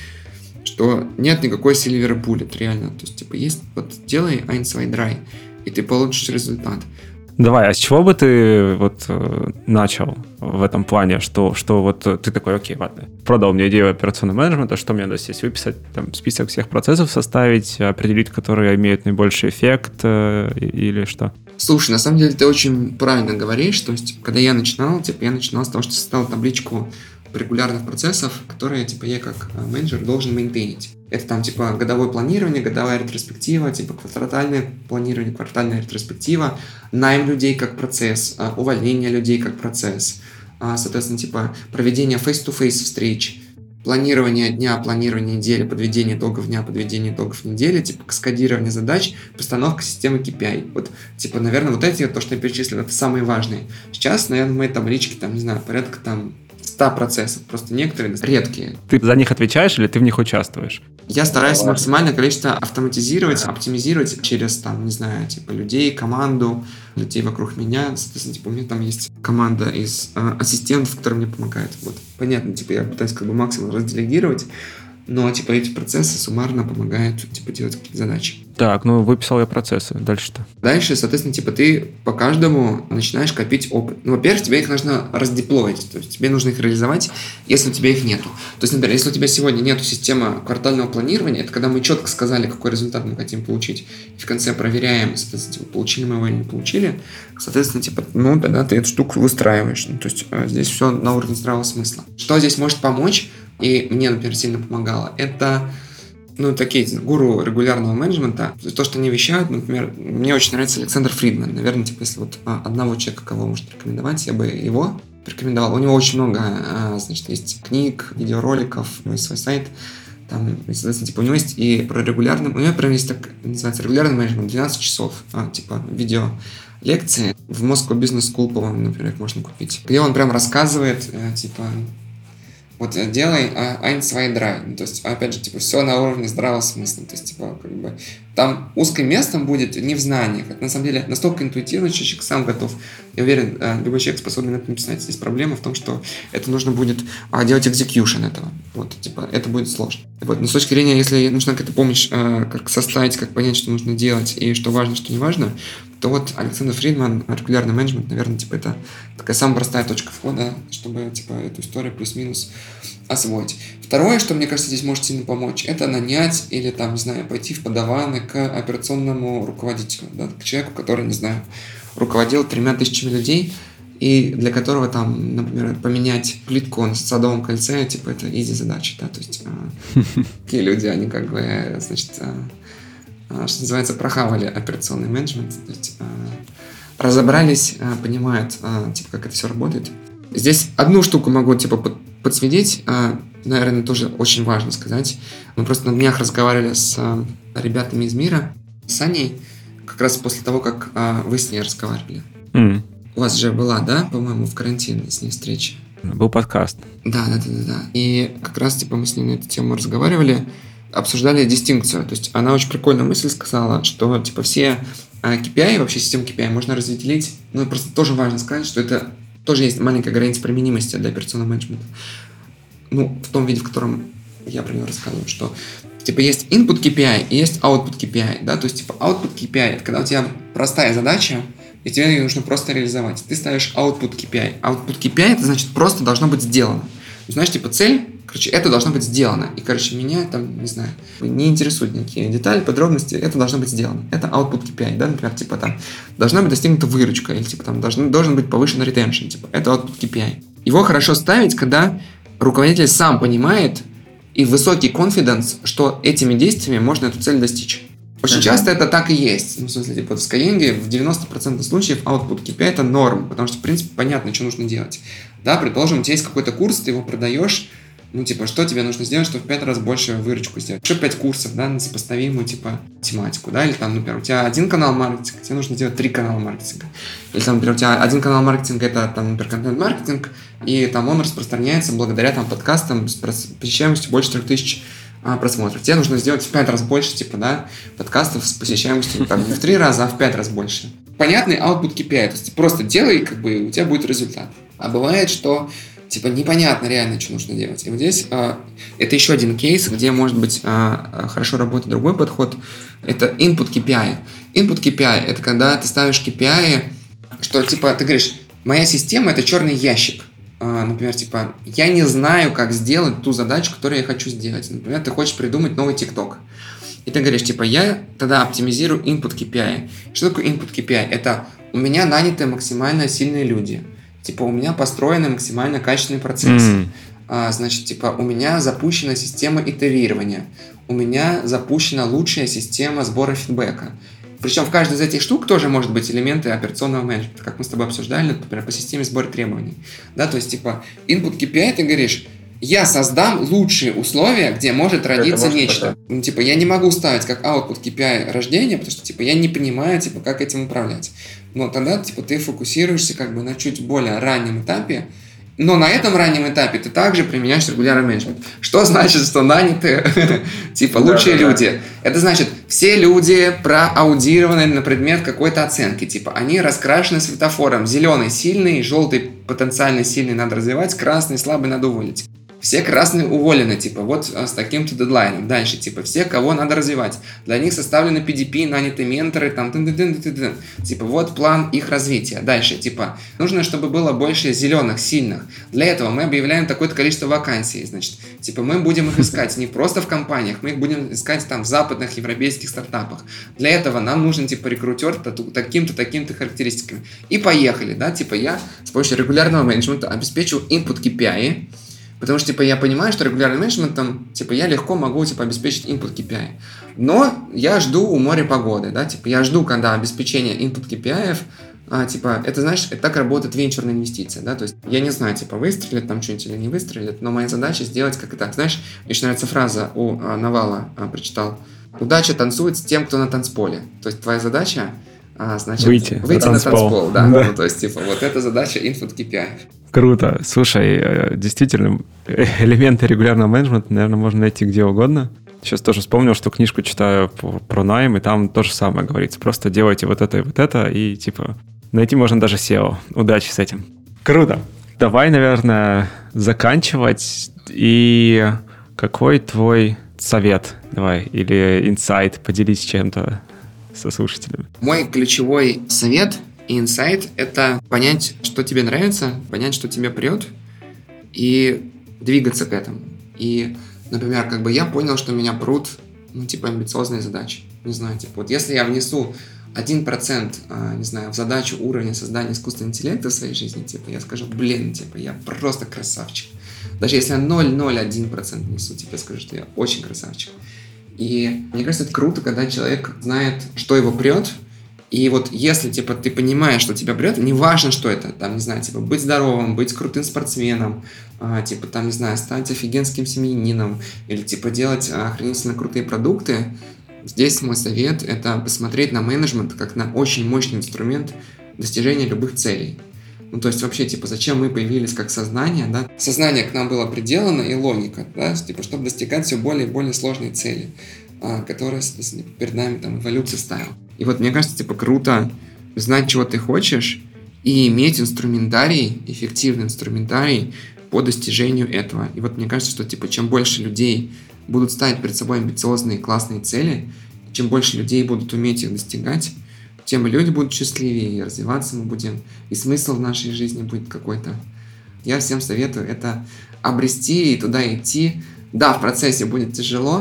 что нет никакой silver bullet, реально. То есть, типа, есть, вот, делай ein, zwei, drei, и ты получишь результат. Давай, а с чего бы ты вот начал в этом плане, что, что вот ты такой, окей, ладно, продал мне идею операционного менеджмента, что мне надо здесь выписать, там, список всех процессов составить, определить, которые имеют наибольший эффект э, или что? Слушай, на самом деле ты очень правильно говоришь, то есть, когда я начинал, типа, я начинал с того, что составил табличку регулярных процессов, которые, типа, я как менеджер должен мейнтейнить. Это там, типа, годовое планирование, годовая ретроспектива, типа, квартальное планирование, квартальная ретроспектива, найм людей как процесс, увольнение людей как процесс, соответственно, типа, проведение face-to-face встреч, планирование дня, планирование недели, подведение итогов дня, подведение итогов недели, типа, каскадирование задач, постановка системы кей пи ай. Вот, типа, наверное, вот эти, то, что я перечислил, это самые важные. Сейчас, наверное, в моей табличке, там, не знаю, порядка, там, сто процессов, просто некоторые редкие. Ты за них отвечаешь или ты в них участвуешь? Я стараюсь Давай. максимальное количество автоматизировать, оптимизировать через, там, не знаю, типа, людей, команду, людей вокруг меня. Соответственно, типа, у меня там есть команда из э, ассистентов, которые мне помогают. Вот, понятно, типа, я пытаюсь как бы максимум разделегировать, но, типа, эти процессы суммарно помогают, типа, делать какие-то задачи. Так, ну, выписал я процессы. Дальше-то? Дальше, соответственно, типа, ты по каждому начинаешь копить опыт. Ну, во-первых, тебе их нужно раздеплоить, то есть тебе нужно их реализовать, если у тебя их нету. То есть, например, если у тебя сегодня нету системы квартального планирования, это когда мы четко сказали, какой результат мы хотим получить, и в конце проверяем, соответственно, типа, получили мы его или не получили, соответственно, типа, ну, тогда ты эту штуку выстраиваешь. Ну, то есть, здесь все на уровне здравого смысла. Что здесь может помочь, и мне, например, сильно помогало, это, ну, такие гуру регулярного менеджмента. То, что они вещают, например, мне очень нравится Александр Фридман. Наверное, типа, если вот одного человека, кого можно рекомендовать, я бы его порекомендовал. У него очень много, значит, есть книг, видеороликов, у него есть свой сайт. Там, соответственно, типа, у него есть и про регулярный, у него прям есть так, называется, регулярный менеджмент, двенадцать часов, а, типа, видео лекции. В Moscow Business School, по-моему, например, можно купить. Где он прям рассказывает, типа, вот делай ein, zwei, drei. Ну, то есть, опять же, типа, все на уровне здравого смысла. То есть, типа, как бы, там узким местом будет не в знаниях. Это, на самом деле, настолько интуитивно, что человек сам готов. Я уверен, любой человек способен это написать. Здесь проблема в том, что это нужно будет делать execution этого. Вот, типа, это будет сложно. Вот, но с точки зрения, если нужна какая-то помощь, как составить, как понять, что нужно делать и что важно, что не важно, то вот Александр Фридман, регулярный менеджмент, наверное, типа, это такая самая простая точка входа, чтобы, типа, эту историю плюс-минус освоить. Второе, что, мне кажется, здесь может сильно помочь, это нанять или, там, не знаю, пойти в подаваны к операционному руководителю, да, к человеку, который, не знаю, руководил тремя тысячами людей, и для которого, там, например, поменять плитку на Садовом кольце, типа, это изи задача, да, то есть такие люди, они как бы, значит, что называется, прохавали операционный менеджмент, то есть э, разобрались, э, понимают, э, типа, как это все работает. Здесь одну штуку могу, типа, под, подсветить, э, наверное, тоже очень важно сказать. Мы просто на днях разговаривали с э, ребятами из мира, с Аней, как раз после того, как э, вы с ней разговаривали. Mm. У вас же была, да, по-моему, в карантине с ней встреча? Был подкаст. Да, да, да, да, да. И как раз, типа, мы с ней на эту тему разговаривали, обсуждали дистинкцию. То есть она очень прикольную мысль сказала, что типа все кей пи ай, вообще систему кей пи ай можно разделить. Ну, просто тоже важно сказать, что это тоже есть маленькая граница применимости для операционного менеджмента. Ну, в том виде, в котором я про него рассказываю, что типа есть input кей пи ай и есть output кей пи ай, да, то есть типа output кей пи ай это когда у тебя простая задача, и тебе ее нужно просто реализовать. Ты ставишь output кей пи ай. Output кей пи ай это значит просто должно быть сделано. Знаешь, типа цель, короче, это должно быть сделано. И, короче, меня там, не знаю, не интересуют никакие детали, подробности, это должно быть сделано. Это output кей пи ай, да, например, типа там должна быть достигнута выручка, или типа там должен, должен быть повышен ретеншн, типа это output кей пи ай. Его хорошо ставить, когда руководитель сам понимает, и высокий confidence, что этими действиями можно эту цель достичь. Очень uh-huh. часто это так и есть. Ну, в смысле, типа в Skyeng в девяносто процентов случаев output кей пи ай это норм, потому что, в принципе, понятно, что нужно делать. Да, предположим, у тебя есть какой-то курс, ты его продаешь, ну, типа, что тебе нужно сделать, чтобы в пять раз больше выручку сделать? Еще пять курсов, да, на сопоставимую, типа, тематику, да, или там, например, у тебя один канал маркетинга, тебе нужно сделать три канала маркетинга. Или там, например, у тебя один канал маркетинга, это, там, например, контент-маркетинг, и там он распространяется благодаря, там, подкастам с посещаемостью больше трех тысяч а, просмотров. Тебе нужно сделать в пять раз больше, типа, да, подкастов с посещаемостью, там, не в три раза, а в пять раз больше. Понятный output кей пи ай, то есть просто делай, как бы, у тебя будет результат. А бывает, что типа непонятно реально, что нужно делать. И вот здесь а, это еще один кейс, где может быть а, хорошо работает другой подход. Это input кей пи ай. Input кей пи ай – это когда ты ставишь кей пи ай, что типа ты говоришь, моя система – это черный ящик. А, например, типа я не знаю, как сделать ту задачу, которую я хочу сделать. Например, ты хочешь придумать новый TikTok. И ты говоришь, типа, я тогда оптимизирую input кей пи ай. Что такое input кей пи ай? Это у меня наняты максимально сильные люди. Типа, у меня построены максимально качественные процессы. Mm. А, значит, типа, у меня запущена система итерирования. У меня запущена лучшая система сбора фидбэка. Причем в каждой из этих штук тоже может быть элементы операционного менеджмента, как мы с тобой обсуждали, например, по системе сбора требований. Да, то есть, типа, input кей пи ай, ты говоришь, я создам лучшие условия, где может родиться может нечто. Ну, типа, я не могу ставить как output кей пи ай рождения, потому что, типа, я не понимаю, типа, как этим управлять. Но тогда, типа, ты фокусируешься как бы на чуть более раннем этапе, но на этом раннем этапе ты также применяешь регулярный менеджмент. Что значит, что наняты, типа, лучшие люди? Это значит, все люди проаудированы на предмет какой-то оценки. Типа, они раскрашены светофором. Зеленый сильный, желтый потенциально сильный надо развивать, красный слабый надо уволить. Все красные уволены, типа, вот с таким-то дедлайном. Дальше, типа, все, кого надо развивать. Для них составлены пи ди пи, наняты менторы, там, тын-тын-тын-тын-тын. Типа, вот план их развития. Дальше, типа, нужно, чтобы было больше зеленых, сильных. Для этого мы объявляем такое-то количество вакансий. Значит, типа, мы будем их искать не просто в компаниях, мы их будем искать там в западных европейских стартапах. Для этого нам нужен, типа, рекрутер таким-то, таким-то характеристиками. И поехали, да, типа, я с помощью регулярного менеджмента обеспечиваю input кей пи ай. Потому что, типа, я понимаю, что регулярным менеджментом, типа, я легко могу, типа, обеспечить input кей пи ай. Но я жду у моря погоды, да, типа, я жду, когда обеспечение input кей пи ай, а, типа, это, знаешь, это так работает венчурная инвестиция, да, то есть я не знаю, типа, выстрелит там что-нибудь или не выстрелит, но моя задача сделать как это. Знаешь, мне очень нравится фраза у а, Навала, а, прочитал, удача танцует с тем, кто на танцполе. То есть твоя задача, а, значит, выйти, выйти на танцпол, на танцпол да. да. Ну, то есть, типа, вот это задача input кей пи ай. Круто. Слушай, действительно, элементы регулярного менеджмента, наверное, можно найти где угодно. Сейчас тоже вспомнил, что книжку читаю про найм, и там то же самое говорится. Просто делайте вот это и вот это, и, типа, найти можно даже сео. Удачи с этим. Круто. Давай, наверное, заканчивать. И какой твой совет? Давай, или инсайт, поделись чем-то со слушателями. Мой ключевой совет и инсайт – это понять, что тебе нравится, понять, что тебе прет, и двигаться к этому. И, например, как бы я понял, что меня прут, ну, типа, амбициозные задачи. Не знаю, типа, вот если я внесу один процент, не знаю, в задачу уровня создания искусственного интеллекта в своей жизни, типа, я скажу, блин, типа, я просто красавчик. Даже если я ноль целых ноль один процент внесу, типа, я скажу, что я очень красавчик. И мне кажется, это круто, когда человек знает, что его прет. И вот если, типа, ты понимаешь, что тебя прет, неважно, что это, там, не знаю, типа, быть здоровым, быть крутым спортсменом, а, типа, там, не знаю, стать офигенским семьянином, или, типа, делать охренительно крутые продукты, здесь мой совет – это посмотреть на менеджмент как на очень мощный инструмент достижения любых целей. Ну, то есть, вообще, типа, зачем мы появились как сознание, да? Сознание к нам было приделано, и логика, да, типа, чтобы достигать все более и более сложные цели, а, которые, соответственно, перед нами, там, эволюция ставила. И вот мне кажется, типа, круто знать, чего ты хочешь, и иметь инструментарий, эффективный инструментарий по достижению этого. И вот мне кажется, что, типа, чем больше людей будут ставить перед собой амбициозные классные цели, чем больше людей будут уметь их достигать, тем люди будут счастливее, и развиваться мы будем, и смысл в нашей жизни будет какой-то. Я всем советую это обрести и туда идти. Да, в процессе будет тяжело,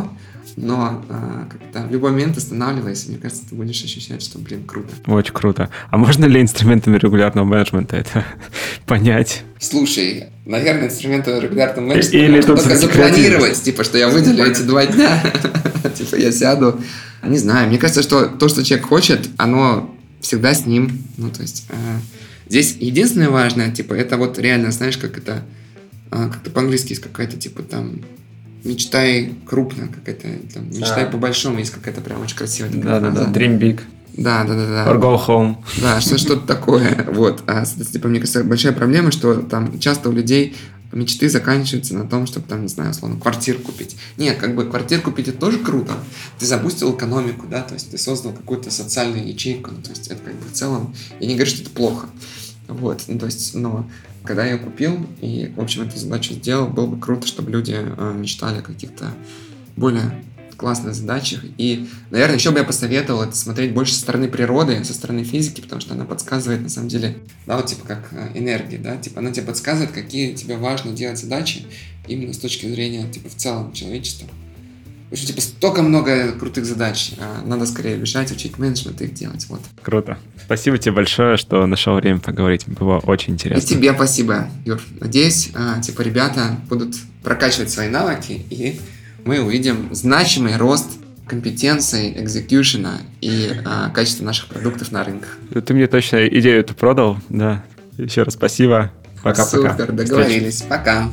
но а, как-то в любой момент останавливайся, мне кажется, ты будешь ощущать, что, блин, круто. Очень круто. А можно ли инструментами регулярного менеджмента это понять? Слушай, наверное, инструменты регулярного менеджмента Или можно тут только запланировать, типа, что я выделю эти два дня, типа, я сяду. Не знаю, мне кажется, что то, что человек хочет, оно всегда с ним. Ну, то есть, здесь единственное важное, типа, это вот реально, знаешь, как это, как-то по-английски есть какая-то, типа, там, мечтай крупно, какая-то, там, мечтай а. по-большому, есть какая-то прям очень красивая. Да-да-да, dream big. Да, да, да, да. Or go home. Да, что, что-то такое. Вот. А, типа, мне кажется, большая проблема, что там часто у людей мечты заканчиваются на том, чтобы, там, не знаю, условно, квартиру купить. Нет, как бы квартиру купить это тоже круто. Ты запустил экономику, да, то есть ты создал какую-то социальную ячейку, ну, то есть это как бы в целом, я не говорю, что это плохо. Вот, ну, то есть, но когда я ее купил и, в общем, эту задачу сделал, было бы круто, чтобы люди э, мечтали о каких-то более классных задачах. И, наверное, еще бы я посоветовал это смотреть больше со стороны природы, со стороны физики, потому что она подсказывает, на самом деле, да, вот типа как энергия, да, типа она тебе подсказывает, какие тебе важно делать задачи именно с точки зрения, типа, в целом человечества. В общем, типа, столько много крутых задач. Надо скорее решать, учить менеджмент и их делать. Вот. Круто. Спасибо тебе большое, что нашел время поговорить. Было очень интересно. И тебе спасибо, Юр. Надеюсь, типа, ребята будут прокачивать свои навыки, и мы увидим значимый рост компетенций, экзекьюшена и а, качества наших продуктов на рынках. Ты мне точно идею эту продал. Да. Еще раз спасибо. Пока-пока. Супер, договорились. Встречи. Пока.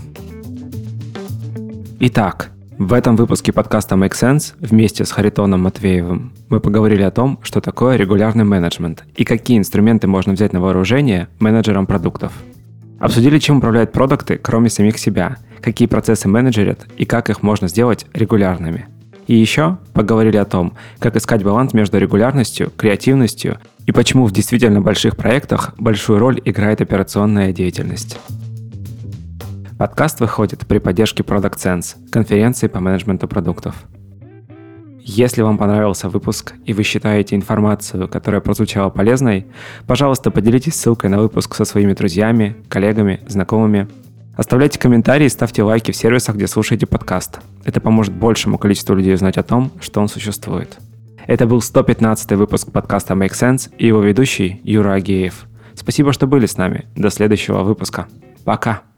Итак, в этом выпуске подкаста Make Sense вместе с Харитоном Матвеевым мы поговорили о том, что такое регулярный менеджмент и какие инструменты можно взять на вооружение менеджерам продуктов. Обсудили, чем управляют продукты, кроме самих себя, какие процессы менеджерят и как их можно сделать регулярными. И еще поговорили о том, как искать баланс между регулярностью, креативностью и почему в действительно больших проектах большую роль играет операционная деятельность. Подкаст выходит при поддержке Product Sense, конференции по менеджменту продуктов. Если вам понравился выпуск и вы считаете информацию, которая прозвучала полезной, пожалуйста, поделитесь ссылкой на выпуск со своими друзьями, коллегами, знакомыми. Оставляйте комментарии и ставьте лайки в сервисах, где слушаете подкаст. Это поможет большему количеству людей узнать о том, что он существует. Это был сто пятнадцатый выпуск подкаста Make Sense и его ведущий Юра Агеев. Спасибо, что были с нами. До следующего выпуска. Пока!